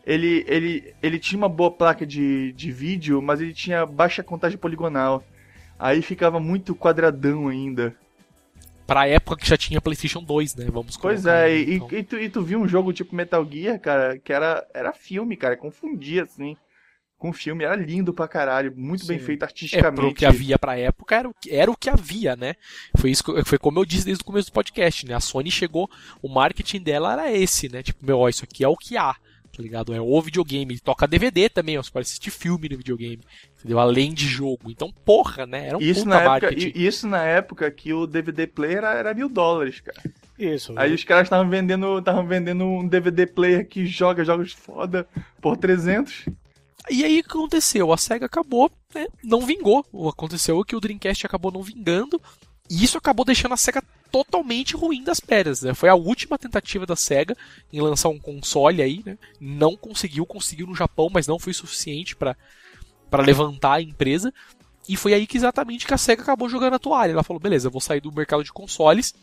ele tinha uma boa placa de vídeo, mas ele tinha baixa contagem poligonal. Aí ficava muito quadradão ainda. Pra época que já tinha PlayStation 2, né? Vamos colocar. Pois é, então. e tu viu um jogo tipo Metal Gear, cara, que era filme, cara, confundia, assim. Com filme, era lindo pra caralho, muito bem feito artisticamente. Pro que havia pra época, era o que havia, né? Foi como eu disse desde o começo do podcast, né? A Sony chegou, o marketing dela era esse, né? Tipo, ó, isso aqui é o que há, tá ligado? É o videogame, toca DVD também, ó, você pode assistir filme no videogame, entendeu? Além de jogo. Então, porra, né? Era um isso puta marketing. Isso na época que o DVD player era $1.000, cara. Isso. Aí os caras estavam vendendo um DVD player que joga jogos foda por 300. E aí o que aconteceu? A SEGA acabou, né? Não vingou. O que aconteceu é que o Dreamcast acabou não vingando. E isso acabou deixando a SEGA totalmente ruim das pernas, né? Foi a última tentativa da SEGA em lançar um console aí, né? Não conseguiu no Japão, mas não foi suficiente para levantar a empresa. E foi aí que exatamente que a SEGA acabou jogando a toalha. Ela falou, beleza, eu vou sair do mercado de consoles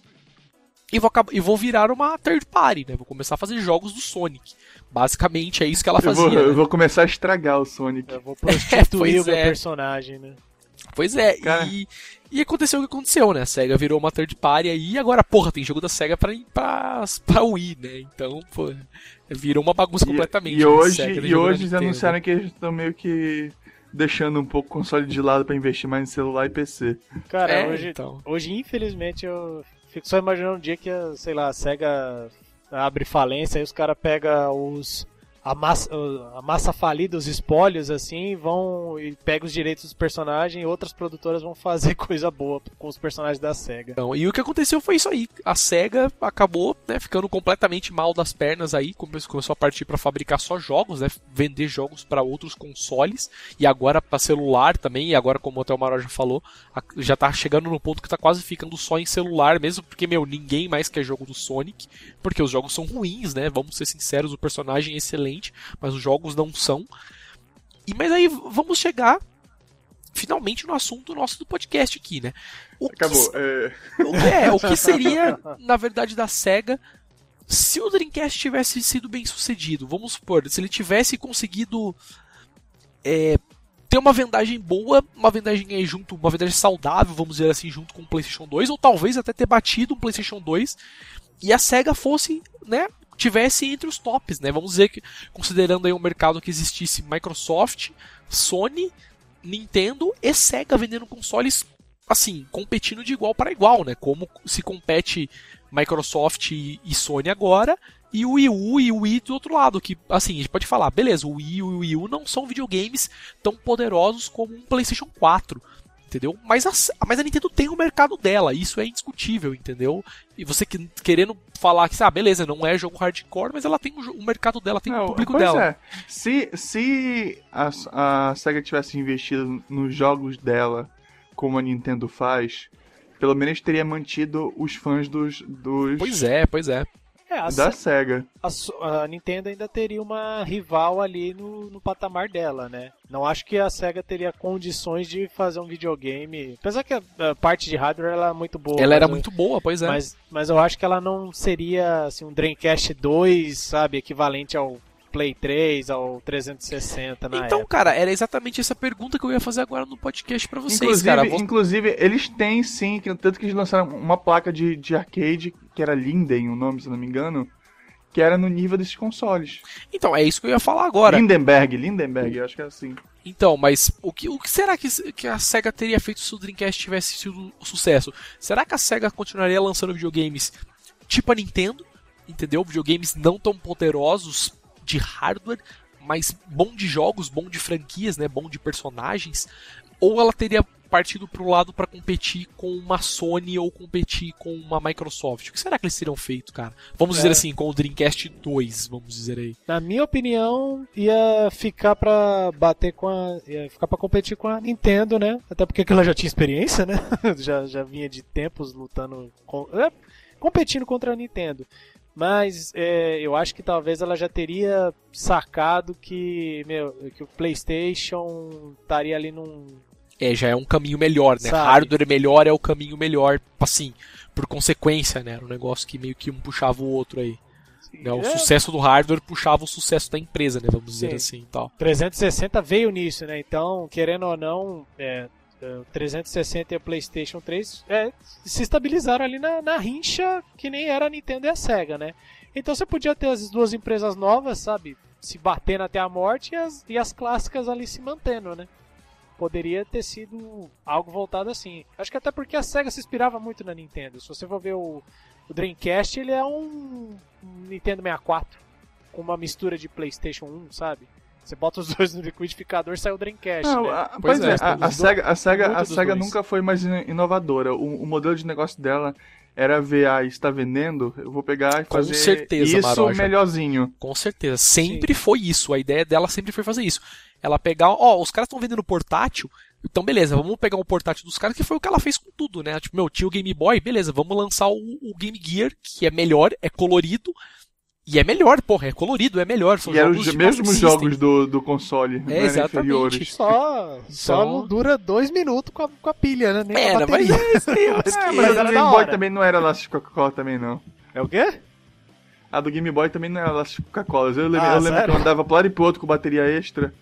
e vou virar uma third party, né? Vou começar a fazer jogos do Sonic. Basicamente é isso que ela fazia. Eu vou começar a estragar o Sonic. Eu vou prostituir o meu personagem, né? Pois é, e aconteceu o que aconteceu, né? A SEGA virou uma third party aí e agora, porra, tem jogo da SEGA pra Wii, né? Então, pô, virou uma bagunça completamente. E hoje eles anunciaram que eles estão meio que deixando um pouco o console de lado pra investir mais em celular e PC. Cara, hoje infelizmente eu fico só imaginando um dia que, sei lá, a SEGA abre falência e os caras pegam a massa falida, os espólios, assim, vão e pegam os direitos dos personagens e outras produtoras vão fazer coisa boa com os personagens da SEGA. Então, e o que aconteceu foi isso aí. A SEGA acabou, né, ficando completamente mal das pernas aí, começou a partir para fabricar só jogos, né, vender jogos para outros consoles e agora para celular também, e agora, como até o Maró já falou, já tá chegando no ponto que tá quase ficando só em celular mesmo, porque, ninguém mais quer jogo do Sonic, porque os jogos são ruins, né, vamos ser sinceros, o personagem é excelente, mas os jogos não são. Mas aí vamos chegar finalmente no assunto nosso do podcast aqui, né? Acabou. O que seria, na verdade, da SEGA se o Dreamcast tivesse sido bem sucedido? Vamos supor, se ele tivesse conseguido ter uma vendagem boa, uma vendagem saudável, vamos dizer assim, junto com o PlayStation 2, ou talvez até ter batido um PlayStation 2 e a SEGA fosse, né, tivesse entre os tops, né? Vamos dizer que, considerando aí um mercado que existisse Microsoft, Sony, Nintendo e Sega vendendo consoles, assim, competindo de igual para igual, né? Como se compete Microsoft e Sony agora, e o Wii U e o Wii do outro lado, que, assim, a gente pode falar, beleza, o Wii e o Wii U não são videogames tão poderosos como um PlayStation 4, entendeu? Mas a Nintendo tem o mercado dela, isso é indiscutível, entendeu? E você querendo falar que, beleza, não é jogo hardcore, mas ela tem o mercado dela, tem o público dela. Se a SEGA tivesse investido nos jogos dela, como a Nintendo faz, pelo menos teria mantido os fãs dos... Pois é. Da SEGA. A Nintendo ainda teria uma rival ali no patamar dela, né? Não acho que a SEGA teria condições de fazer um videogame. Apesar que a parte de hardware ela é muito boa. Ela era muito boa, pois é. Mas eu acho que ela não seria assim, um Dreamcast 2, sabe? Equivalente ao Play 3, ao 360 na Então, época. cara, era exatamente essa pergunta que eu ia fazer agora no podcast pra vocês, cara. Inclusive, eles têm sim, tanto que eles lançaram uma placa de arcade, que era Linden, o nome, se não me engano, que era no nível desses consoles. Então, é isso que eu ia falar agora. Lindenberg, eu acho que é assim. Então, mas o que será que a SEGA teria feito se o Dreamcast tivesse sido um sucesso? Será que a SEGA continuaria lançando videogames tipo a Nintendo, entendeu? Videogames não tão poderosos de hardware, mas bom de jogos, bom de franquias, né? Bom de personagens? Ou ela teria partido pro lado pra competir com uma Sony ou competir com uma Microsoft? O que será que eles teriam feito, cara? Vamos dizer assim, com o Dreamcast 2, vamos dizer aí. Na minha opinião, ia ficar pra bater com ia ficar pra competir com a Nintendo, né? Até porque ela já tinha experiência, né? já vinha de tempos lutando, competindo contra a Nintendo. Mas eu acho que talvez ela já teria sacado que o PlayStation estaria ali num... Já é um caminho melhor, né? Sabe. Hardware melhor é o caminho melhor, assim, por consequência, né? Era um negócio que meio que um puxava o outro aí. Né? O sucesso do hardware puxava o sucesso da empresa, né? Vamos dizer assim e tal. 360 veio nisso, né? Então, querendo ou não, o 360 e o PlayStation 3 se estabilizaram ali na rincha que nem era a Nintendo e a Sega, né? Então você podia ter as duas empresas novas, sabe? Se batendo até a morte e as clássicas ali se mantendo, né? Poderia ter sido algo voltado assim. Acho que até porque a Sega se inspirava muito na Nintendo. Se você for ver o Dreamcast, ele é um Nintendo 64 com uma mistura de PlayStation 1, sabe? Você bota os dois no liquidificador e sai o Dreamcast, Não, né? Pois é, a muito dos SEGA dois. nunca foi mais inovadora. O modelo de negócio dela era ver, está vendendo, eu vou pegar e Com fazer certeza, isso Maroja. melhorzinho. Com certeza. Sempre foi isso. A ideia dela sempre foi fazer isso. Ela pegar, os caras estão vendendo portátil, então beleza, vamos pegar um portátil dos caras, que foi o que ela fez com tudo, né? Tipo, tinha o Game Boy, beleza, vamos lançar o Game Gear, que é melhor, é colorido, e é melhor, porra, é colorido, é melhor. São E eram jogos os de mesmos Master jogos System. do console, não eram exatamente. inferiores. Só não dura 2 minutos com a pilha, né? Nem com a Era, mas bateria. isso aí, mas que- Mas a era do da Game Boy hora. também não era elástico Coca-Cola também, não. É o quê? A do Game Boy também não era elástico Coca-Cola. Eu lembro que sério? eu andava pro lado e pro outro com bateria extra.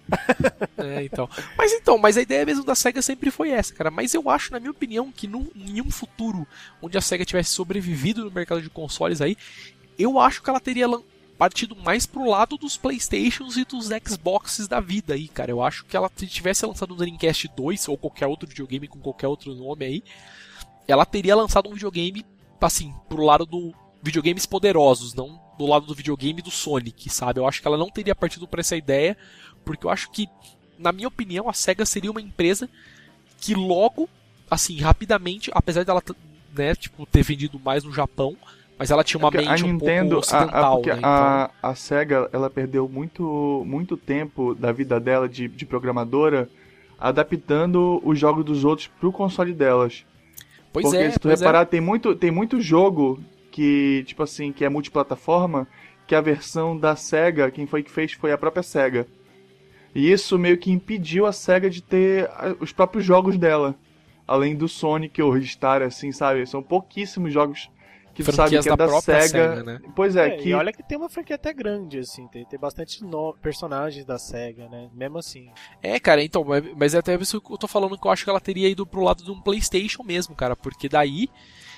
Mas a ideia mesmo da SEGA sempre foi essa, cara. Mas eu acho, na minha opinião, que em um futuro onde a SEGA tivesse sobrevivido no mercado de consoles aí, eu acho que ela teria partido mais pro lado dos Playstations e dos Xboxes da vida aí, cara. Eu acho que ela tivesse lançado um Dreamcast 2 ou qualquer outro videogame com qualquer outro nome aí, ela teria lançado um videogame, assim, pro lado do videogames poderosos, não do lado do videogame do Sonic, sabe? Eu acho que ela não teria partido pra essa ideia, porque eu acho que, na minha opinião, a SEGA seria uma empresa que logo, assim, rapidamente, apesar dela, né, tipo, ter vendido mais no Japão, mas ela tinha uma Porque mente a um Nintendo, pouco ocidental, porque né? Então, a SEGA, ela perdeu muito tempo da vida dela de programadora adaptando os jogos dos outros pro console delas. Porque se tu reparar, tem muito jogo que, tipo assim, que é multiplataforma, que a versão da SEGA, quem foi que fez foi a própria SEGA. E isso meio que impediu a SEGA de ter os próprios jogos dela. Além do Sonic ou Ristar, assim, sabe? São pouquíssimos jogos que tu sabe franquias que é da própria SEGA. né? Pois E olha que tem uma franquia até grande, assim, tem bastante personagens da SEGA, né? Mesmo assim. Cara, então, mas é até isso que eu tô falando, que eu acho que ela teria ido pro lado de um PlayStation mesmo, cara, porque daí,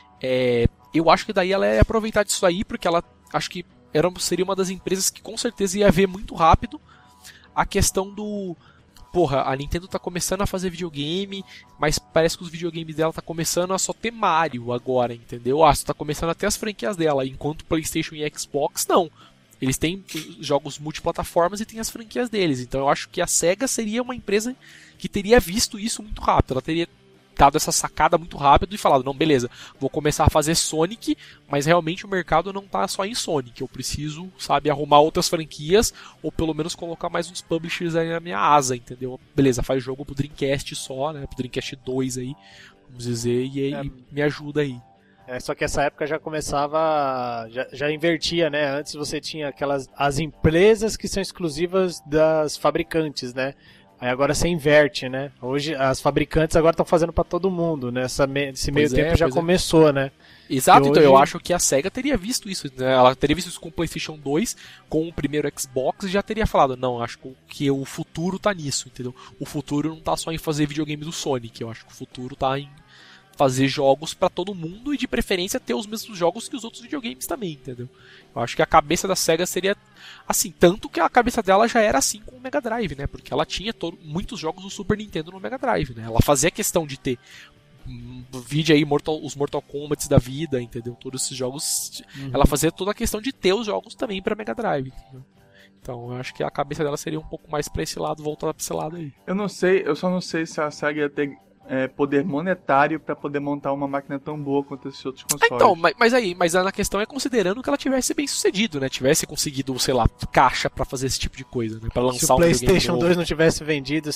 eu acho que daí ela ia aproveitar disso aí, porque ela, acho que seria uma das empresas que com certeza ia ver muito rápido a questão do... Porra, a Nintendo tá começando a fazer videogame, mas parece que os videogames dela tá começando a só ter Mario agora, entendeu? Só tá começando a ter as franquias dela, enquanto PlayStation e Xbox, não. Eles têm jogos multiplataformas e tem as franquias deles. Então eu acho que a SEGA seria uma empresa que teria visto isso muito rápido. Ela teria dado essa sacada muito rápido e falado, não, beleza, vou começar a fazer Sonic, mas realmente o mercado não tá só em Sonic. Eu preciso, sabe, arrumar outras franquias, ou pelo menos colocar mais uns publishers aí na minha asa, entendeu? Beleza, faz jogo pro Dreamcast só, né? Pro Dreamcast 2 aí, vamos dizer, e aí me ajuda aí. Só que essa época já começava, já invertia, né? Antes você tinha as empresas que são exclusivas das fabricantes, né? Aí agora você inverte, né? Hoje as fabricantes agora estão fazendo pra todo mundo, né? Esse meio tempo já começou, né? Exato, hoje... então eu acho que a SEGA teria visto isso, né? Ela teria visto isso com o PlayStation 2, com o primeiro Xbox, e já teria falado, não, acho que o futuro tá nisso, entendeu? O futuro não tá só em fazer videogame do Sonic, eu acho que o futuro tá em fazer jogos pra todo mundo e de preferência ter os mesmos jogos que os outros videogames também, entendeu? Eu acho que a cabeça da SEGA seria assim, tanto que a cabeça dela já era assim com o Mega Drive, né? Porque ela tinha muitos jogos do Super Nintendo no Mega Drive, né? Ela fazia questão de ter vídeo aí, os Mortal Kombat da vida, entendeu? Todos esses jogos, ela fazia toda a questão de ter os jogos também pra Mega Drive, entendeu? Então eu acho que a cabeça dela seria um pouco mais pra esse lado, voltada pra esse lado aí. Eu só não sei se a SEGA ia ter poder monetário pra poder montar uma máquina tão boa quanto esses outros consoles. Então, mas a questão é considerando que ela tivesse bem sucedido, né? Tivesse conseguido, sei lá, caixa pra fazer esse tipo de coisa, né? Pra lançar Se o um PlayStation videogame 2 não tivesse vendido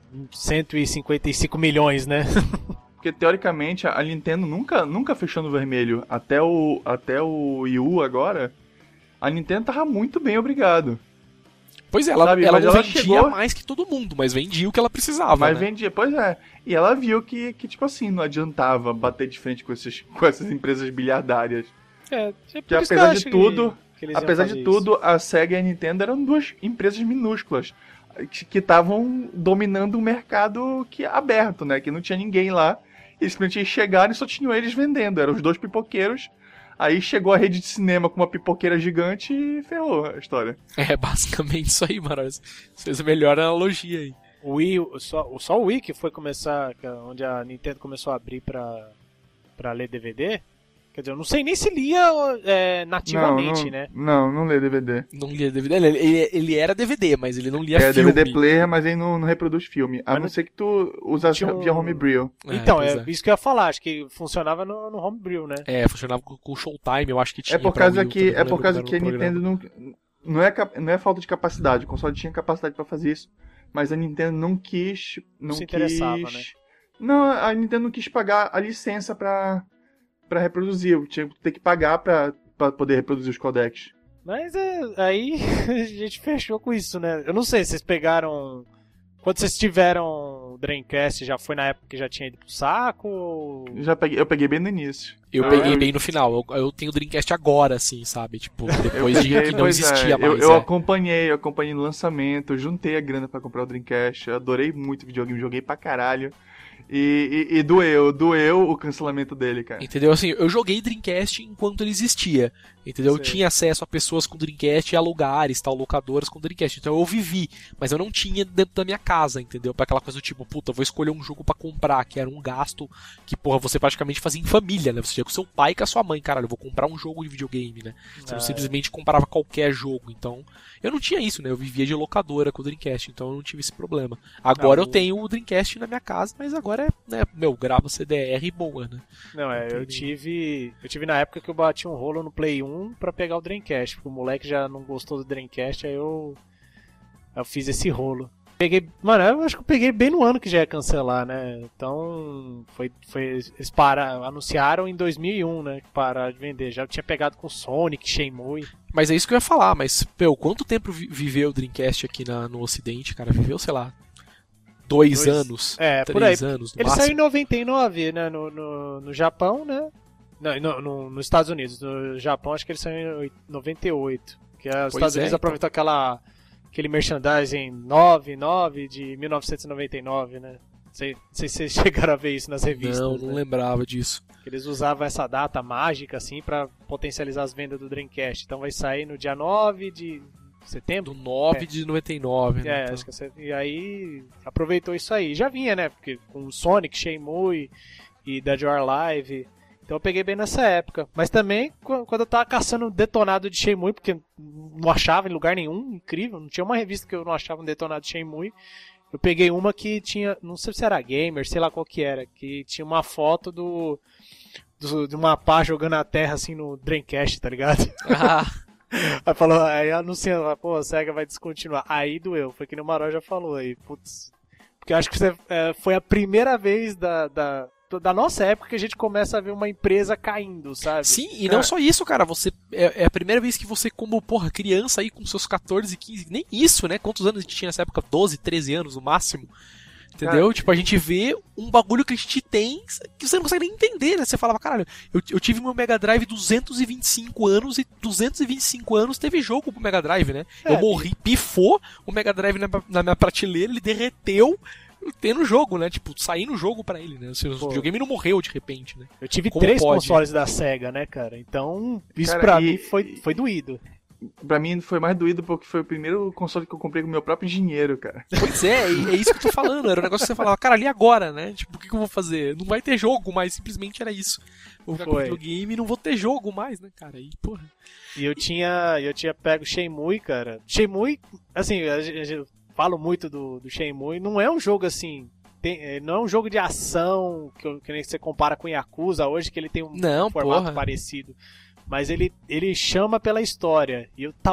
155 milhões, né? Porque, teoricamente, a Nintendo nunca fechou no vermelho. Até o Wii U agora, a Nintendo tava muito bem, obrigado. Pois é, ela Sabe, não mas ela vendia chegou- mais que todo mundo, mas vendia o que ela precisava, Mas né? vendia, pois é. E ela viu que, tipo assim, não adiantava bater de frente com essas empresas bilhardárias. Que apesar de tudo, a Sega e a Nintendo eram duas empresas minúsculas que estavam dominando um mercado aberto, né? Que não tinha ninguém lá. Eles simplesmente chegaram e só tinham eles vendendo. Eram os dois pipoqueiros. Aí chegou a rede de cinema com uma pipoqueira gigante e ferrou a história. É basicamente isso aí, mano. Você fez a melhor analogia aí. O Wii, só o Wii que foi começar, onde a Nintendo começou a abrir pra ler DVD. Quer dizer, eu não sei nem se lia nativamente, né? Não lê DVD. Não lia DVD. Ele era DVD, mas ele não lia É filme. DVD player, mas ele não reproduz filme. A não ser que tu usasse via homebrew. Então, pois isso que eu ia falar. Acho que funcionava no Homebrew, né? Funcionava com o Showtime, eu acho que tinha. É por pra causa Wii U que, também, é não por lembro causa como que a era o programa. Nintendo não é falta de capacidade. O console tinha capacidade pra fazer isso, mas a Nintendo não se interessava, né? Não, a Nintendo não quis pagar a licença pra reproduzir. Tinha que ter que pagar pra poder reproduzir os codecs. Mas aí a gente fechou com isso, né? Eu não sei, vocês pegaram... Quando vocês tiveram o Dreamcast, já foi na época que já tinha ido pro saco? Ou... Eu peguei bem no início. Eu peguei bem no final. Eu tenho o Dreamcast agora, assim, sabe? Tipo, depois de que não Pois existia mais. Eu acompanhei no lançamento, juntei a grana pra comprar o Dreamcast, eu adorei muito o videogame, joguei pra caralho. E doeu o cancelamento dele, cara. Entendeu? Assim, eu joguei Dreamcast enquanto ele existia. Entendeu? Eu Sei. tinha acesso a pessoas com Dreamcast e a lugares, tal, locadoras com Dreamcast. Então eu vivi, mas eu não tinha dentro da minha casa, entendeu? Pra aquela coisa do tipo, puta, vou escolher um jogo pra comprar, que era um gasto que, porra, você praticamente fazia em família, né? Você ia com seu pai e com a sua mãe, caralho, eu vou comprar um jogo de videogame, né? Você não simplesmente comprava qualquer jogo. Então, eu não tinha isso, né? Eu vivia de locadora com o Dreamcast, então eu não tive esse problema. Agora eu tenho o Dreamcast na minha casa, mas agora grava CDR boa, né? Não, eu tive na época que eu bati um rolo no Play 1 pra pegar o Dreamcast, porque o moleque já não gostou do Dreamcast, aí eu fiz esse rolo. Mano, eu acho que eu peguei bem no ano que já ia cancelar, né? Então, eles anunciaram em 2001, né, que pararam de vender. Já tinha pegado com Sonic, Shenmue. Mas é isso que eu ia falar, mas, quanto tempo viveu o Dreamcast aqui no Ocidente, cara? Viveu, sei lá, 2 anos, 3 anos, no Ele máximo. saiu em 99, né, no Japão, né? Não, nos Estados Unidos. No Japão, acho que ele saiu em 98. Que os Estados Unidos aproveitou aquele merchandising 99 de 1999, né? Não sei se vocês chegaram a ver isso nas revistas. Não lembrava disso. Eles usavam essa data mágica, assim, pra potencializar as vendas do Dreamcast. Então vai sair no dia 9 de setembro? Do 9 de 99, né? Então. Acho que e aí aproveitou isso aí. Já vinha, né? Porque com Sonic, Shenmue e Dead or Alive. Então eu peguei bem nessa época. Mas também quando eu tava caçando um detonado de Shenmue, porque não achava em lugar nenhum, incrível. Não tinha uma revista que eu não achava um detonado de Shenmue. Eu peguei uma que tinha, não sei se era gamer, sei lá qual que era, que tinha uma foto de uma pá jogando a terra assim no Dreamcast, tá ligado? Aí anunciando, pô, a SEGA vai descontinuar. Aí doeu, foi que nem o Maró já falou aí, putz. Porque eu acho que foi a primeira vez da nossa época que a gente começa a ver uma empresa caindo, sabe? Sim, e não só isso, cara, é a primeira vez que você, como, criança aí com seus 14, 15, nem isso, né? Quantos anos a gente tinha nessa época? 12, 13 anos no máximo. Entendeu? Tipo, a gente vê um bagulho que a gente tem que você não consegue nem entender, né? Você falava, caralho, eu tive meu Mega Drive 225 anos e 225 anos teve jogo pro Mega Drive, né? Eu morri, pifou o Mega Drive na minha prateleira, ele derreteu tendo jogo, né? Tipo, saindo jogo pra ele, né? O videogame não morreu de repente, né? Eu tive 3 consoles da SEGA, né, cara? Então, isso pra mim foi doído. Pra mim foi mais doído porque foi o primeiro console que eu comprei com o meu próprio dinheiro, cara. Pois é isso que eu tô falando. Era um negócio que você falava, cara, ali agora, né? Tipo, o que eu vou fazer? Não vai ter jogo, mas simplesmente era isso. Vou ficar com videogame e não vou ter jogo mais, né, cara? E, porra. E eu tinha pego Shenmue, cara. Shenmue, assim, eu falo muito do Shenmue, não é um jogo assim não é um jogo de ação que nem você compara com Yakuza hoje, que ele tem um formato parecido. Mas ele chama pela história. E eu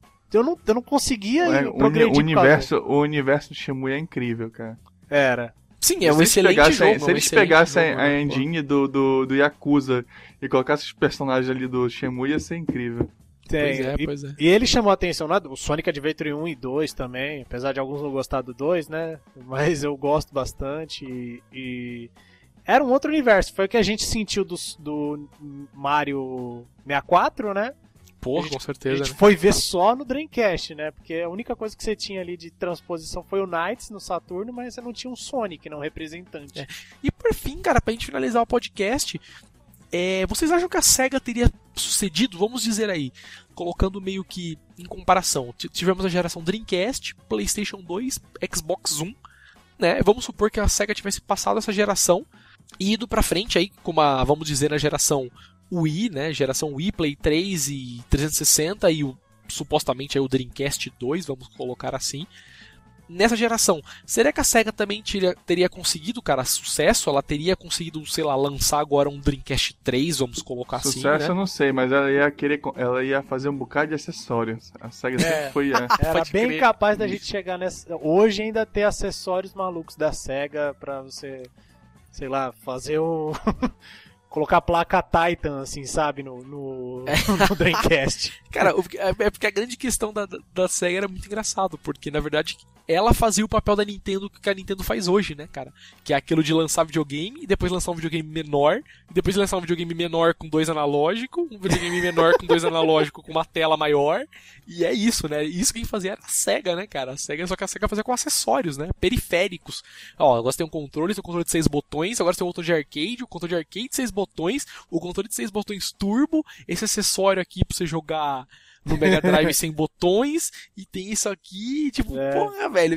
não conseguia progredir. O universo do Shenmue é incrível, cara. Era. Sim, é um excelente jogo. Se eles pegassem a engine do Yakuza e colocassem os personagens ali do Shenmue, ia ser incrível. Pois é. E ele chamou a atenção, né? O Sonic Adventure 1 e 2 também, apesar de alguns não gostar do 2, né? Mas eu gosto bastante e era um outro universo. Foi o que a gente sentiu do Mario 64, né? Porra, com certeza. A gente foi ver só no Dreamcast, né? Porque a única coisa que você tinha ali de transposição foi o Knights no Saturno, mas você não tinha um Sonic, não representante. E por fim, cara, pra gente finalizar o podcast, vocês acham que a SEGA teria sucedido, vamos dizer aí, colocando meio que em comparação, tivemos a geração Dreamcast, PlayStation 2, Xbox One, né? Vamos supor que a SEGA tivesse passado essa geração e ido pra frente aí, vamos dizer, na geração Wii, né? Geração Wii, Play 3 e 360 e supostamente aí o Dreamcast 2, vamos colocar assim. Nessa geração, será que a SEGA também teria conseguido, cara, sucesso? Ela teria conseguido, sei lá, lançar agora um Dreamcast 3, vamos colocar assim, né? Sucesso eu não sei, mas ela ia fazer um bocado de acessórios. A SEGA sempre foi... Era bem capaz da gente chegar nessa... Hoje ainda ter acessórios malucos da SEGA pra você, sei lá, fazer o... Colocar a placa Titan, assim, sabe, no Dreamcast. Cara, é porque a grande questão da SEGA era muito engraçado, porque, na verdade, ela fazia o papel da Nintendo que a Nintendo faz hoje, né, cara? Que é aquilo de lançar videogame, e depois lançar um videogame menor, e depois lançar um videogame menor com 2 analógicos, um videogame menor com 2 analógicos com uma tela maior, e é isso, né? Isso quem fazia era a SEGA, né, cara? Só que a SEGA fazia com acessórios, né? Periféricos. Ó, agora você tem um controle de 6 botões, agora você tem um controle de arcade, o controle de arcade de 6 botões, o controle de 6 botões turbo, esse acessório aqui pra você jogar no Mega Drive sem botões, e tem isso aqui, tipo, porra, velho,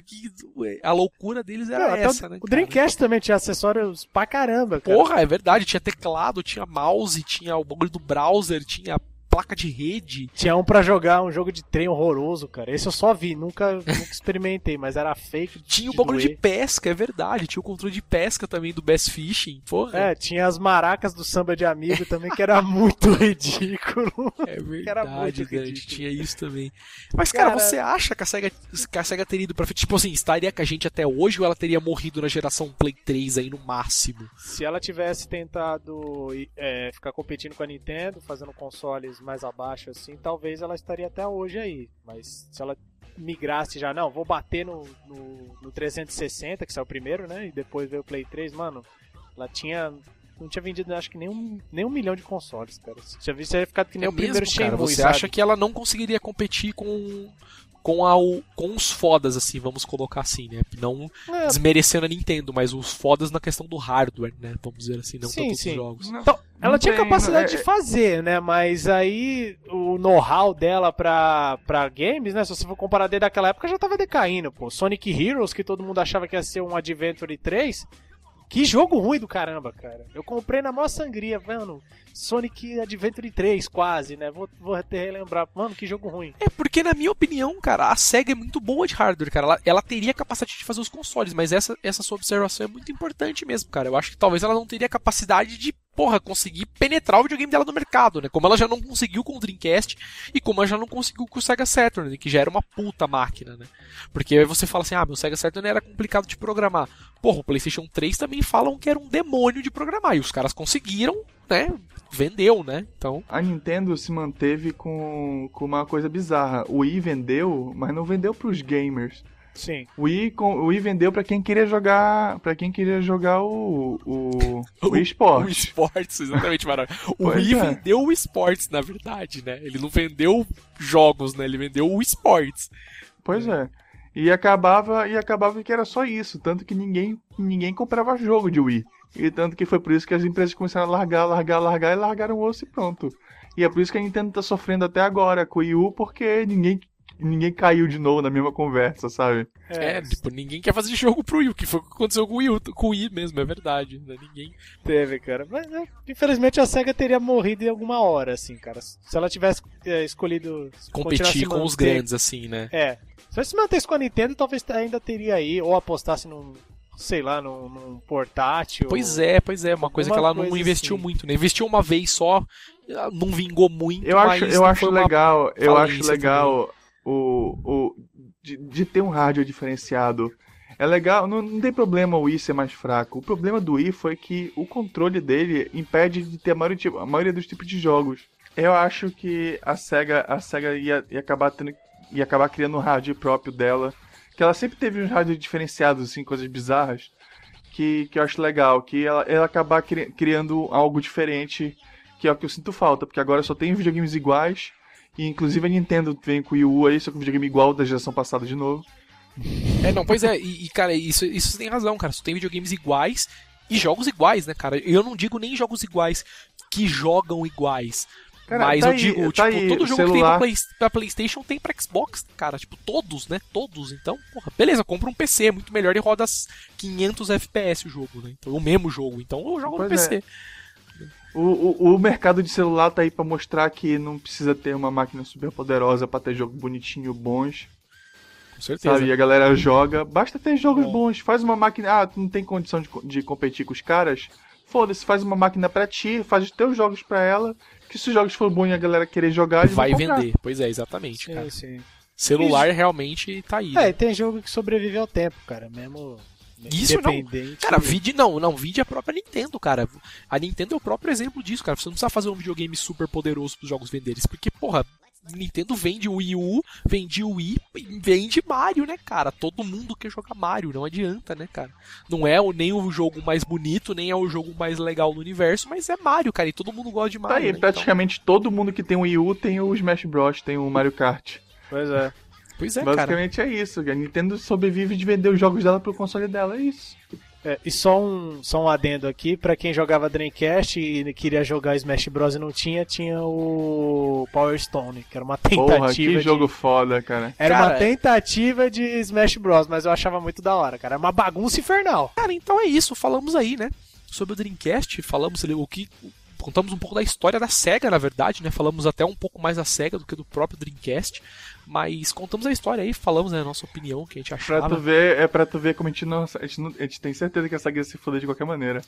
a loucura deles era essa, né? O Dreamcast também tinha acessórios pra caramba, cara. Porra, é verdade, tinha teclado, tinha mouse, tinha o bagulho do browser, tinha placa de rede. Tinha um pra jogar um jogo de trem horroroso, cara. Esse eu só vi, nunca experimentei, mas era fake. Tinha o bagulho de pesca, é verdade. Tinha o controle de pesca também do Bass Fishing, porra. Tinha as maracas do Samba de Amigo também, que era muito ridículo. É verdade, era muito ridículo. Tinha isso também. Mas, cara, você acha que a SEGA teria ido pra frente? Tipo assim, estaria com a gente até hoje ou ela teria morrido na geração Play 3 aí no máximo? Se ela tivesse tentado ficar competindo com a Nintendo, fazendo consoles mais abaixo assim, talvez ela estaria até hoje aí, mas se ela migrasse já, não, vou bater no 360, que saiu o primeiro, né, e depois veio o Play 3, mano, ela não tinha vendido, acho que nem um milhão de consoles, cara. Você ia ficado que nem o primeiro Shenmue, você acha que ela não conseguiria competir com os fodas, assim, vamos colocar assim, né? Não desmerecendo a Nintendo, mas os fodas na questão do hardware, né? Vamos dizer assim, não tanto os jogos. Então, ela tinha capacidade de fazer, né? Mas aí o know-how dela pra games, né? Se você for comparar desde aquela época, já tava decaindo, pô. Sonic Heroes, que todo mundo achava que ia ser um Adventure 3... Que jogo ruim do caramba, cara. Eu comprei na maior sangria, mano. Sonic Adventure 3, quase, né? Vou até relembrar. Mano, que jogo ruim. É porque, na minha opinião, cara, a SEGA é muito boa de hardware, cara. Ela teria capacidade de fazer os consoles, mas essa sua observação é muito importante mesmo, cara. Eu acho que talvez ela não teria capacidade de, conseguir penetrar o videogame dela no mercado, né? Como ela já não conseguiu com o Dreamcast e como ela já não conseguiu com o Sega Saturn, né? Que já era uma puta máquina, né? Porque aí você fala assim, meu Sega Saturn era complicado de programar. Porra, o PlayStation 3 também falam que era um demônio de programar, e os caras conseguiram, né? Vendeu, né? Então... A Nintendo se manteve com uma coisa bizarra. O Wii vendeu, mas não vendeu pros gamers. Sim. O Wii vendeu pra quem queria jogar. O eSports. O eSports, exatamente, Maravilha. O Wii vendeu o eSports, na verdade, né? Ele não vendeu jogos, né? Ele vendeu o eSports. Pois é. E acabava que era só isso. Tanto que ninguém comprava jogo de Wii. E tanto que foi por isso que as empresas começaram a largar e largaram o osso e pronto. E é por isso que a Nintendo tá sofrendo até agora com o Wii U, porque ninguém caiu de novo na mesma conversa, sabe? Ninguém quer fazer jogo pro Wii, que foi o que aconteceu com o Wii mesmo, é verdade, né? Ninguém teve, cara. Mas, infelizmente, a SEGA teria morrido em alguma hora, assim, cara. Se ela tivesse escolhido competir com os grandes, assim, né? Se ela se mantesse com a Nintendo, talvez ainda teria aí, ou apostasse num sei lá, num portátil. Pois é, uma coisa que ela não investiu assim. muito, né? Investiu uma vez só, não vingou muito, Eu mas acho não legal, foi uma falência também. de ter um hardware diferenciado. É legal, não tem problema o Wii ser mais fraco. O problema do Wii foi que o controle dele impede de ter a maioria dos tipos de jogos. Eu acho que a SEGA ia acabar criando um hardware próprio dela. Que ela sempre teve uns hardware diferenciados, assim, coisas bizarras. Que eu acho legal. Que ela acabar criando algo diferente, que é o que eu sinto falta. Porque agora só tem videogames iguais. E inclusive a Nintendo vem com o Wii U aí, só com videogame igual da geração passada de novo. Pois é, cara, isso você tem razão, cara. Só tem videogames iguais e jogos iguais, né, cara? Eu não digo nem jogos iguais que jogam iguais. Cara, mas tá eu aí, digo, tá tipo, aí, todo jogo celular. que tem pra PlayStation tem pra Xbox, cara. Tipo, todos, né? Todos. Então, porra, beleza, compra um PC, é muito melhor e roda 500 FPS o jogo, né? Então, o mesmo jogo. Então, eu jogo no PC. O mercado de celular tá aí pra mostrar que não precisa ter uma máquina super poderosa pra ter jogo bonitinho, bons. Com certeza. Sabe? E a galera joga. Basta ter jogos bons. Faz uma máquina. Ah, tu não tem condição de competir com os caras? Foda-se, faz uma máquina pra ti, faz os teus jogos pra ela. Que se os jogos for bons e a galera querer jogar, eles vai vão comprar. vender. Pois é, exatamente, cara. Sim. Celular realmente tá aí. Né? Tem jogo que sobrevive ao tempo, cara. Mesmo. Isso não. Independente. Cara, vide a própria Nintendo, cara. A Nintendo é o próprio exemplo disso, cara. Você não precisa fazer um videogame super poderoso pros jogos venderem. Porque, porra, Nintendo vende o Wii U, vende o Wii e vende Mario, né, cara? Todo mundo quer jogar Mario, não adianta, né, cara? Não é nem o jogo mais bonito, nem é o jogo mais legal do universo, mas é Mario, cara, e todo mundo gosta de Mario. Tá aí, né? praticamente todo mundo que tem o Wii U tem o Smash Bros, tem o Mario Kart. Pois é. Pois é, cara. Basicamente é isso. A Nintendo sobrevive de vender os jogos dela pro console dela, é isso. E só um adendo aqui, pra quem jogava Dreamcast e queria jogar Smash Bros e não tinha o Power Stone, que era uma tentativa. Porra, que jogo foda, cara. Era Cara, uma tentativa de Smash Bros, mas eu achava muito da hora, cara. É uma bagunça infernal. Cara, então é isso. Falamos aí, né? Sobre o Dreamcast, falamos ali contamos um pouco da história da SEGA, na verdade, né? Falamos até um pouco mais da SEGA do que do próprio Dreamcast. Mas contamos a história aí, falamos, né, a nossa opinião, o que a gente achava. Pra tu ver como a gente tem certeza que essa guia se foder de qualquer maneira.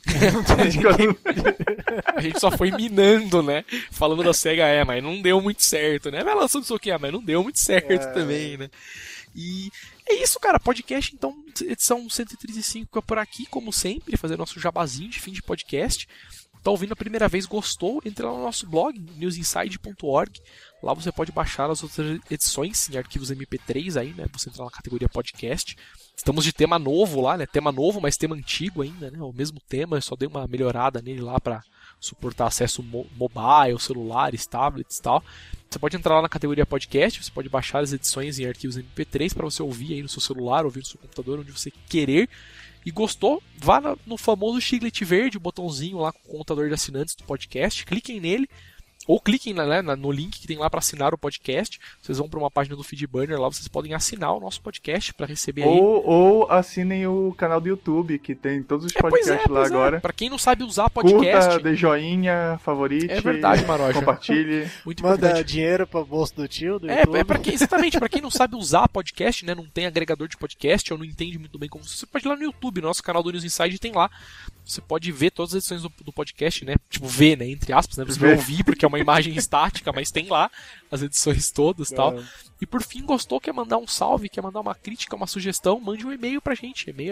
A gente só foi minando, né? Falando da SEGA, mas não deu muito certo, né? Vai lançando isso aqui, mas não deu muito certo também, né? E é isso, cara. Podcast, então, edição 135 fica por aqui, como sempre, fazer nosso jabazinho de fim de podcast. Tá ouvindo a primeira vez, gostou? Entre lá no nosso blog, newsinside.org. Lá você pode baixar as outras edições em arquivos MP3 aí, né? Você entra na categoria podcast. Estamos de tema novo lá, né? Tema novo, mas tema antigo ainda, né? O mesmo tema, eu só dei uma melhorada nele lá para suportar acesso mobile, celulares, tablets e tal. Você pode entrar lá na categoria podcast, você pode baixar as edições em arquivos MP3 para você ouvir aí no seu celular, ouvir no seu computador, onde você querer. E gostou? Vá no famoso chiclete verde, o botãozinho lá com o contador de assinantes do podcast, cliquem nele. Ou cliquem no link que tem lá para assinar o podcast. Vocês vão para uma página do Feedburner, lá vocês podem assinar o nosso podcast para receber aí. Ou assinem o canal do YouTube, que tem todos os podcasts lá agora. Para quem não sabe usar podcast. Curta, dê joinha, favorite. É verdade, Maroja. Compartilhe. Muito Manda importante. dinheiro pro bolso do tio, do YouTube. Exatamente, para quem não sabe usar podcast, né, não tem agregador de podcast ou não entende muito bem como você pode ir lá no YouTube, no nosso canal do News Inside tem lá. Você pode ver todas as edições do podcast, né? Tipo, ver, né? Entre aspas, né? Você vai ouvir porque é uma imagem estática, mas tem lá as edições todas e tal. E por fim, gostou, quer mandar um salve, quer mandar uma crítica, uma sugestão, mande um e-mail pra gente. E-mail é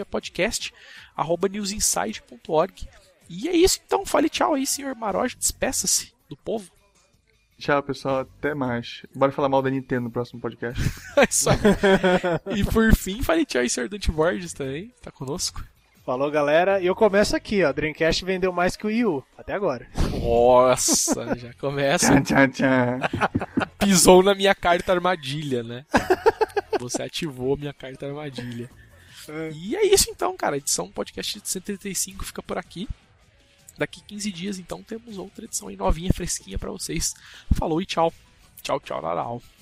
podcast@newsinside.org. E é isso, então. Fale tchau aí, senhor Maroja. Despeça-se do povo. Tchau, pessoal. Até mais. Bora falar mal da Nintendo no próximo podcast. Isso aí. E por fim, fale tchau aí, senhor Dante Borges também. Tá conosco. Falou, galera. E eu começo aqui, ó. Dreamcast vendeu mais que o Wii U. Até agora. Nossa, já começa. Tchan, tchan, tchan. Pisou na minha carta armadilha, né? Você ativou a minha carta armadilha. E é isso então, cara. A edição podcast de 135 fica por aqui. Daqui 15 dias, então, temos outra edição aí novinha, fresquinha pra vocês. Falou e tchau. Tchau, tchau, Naral.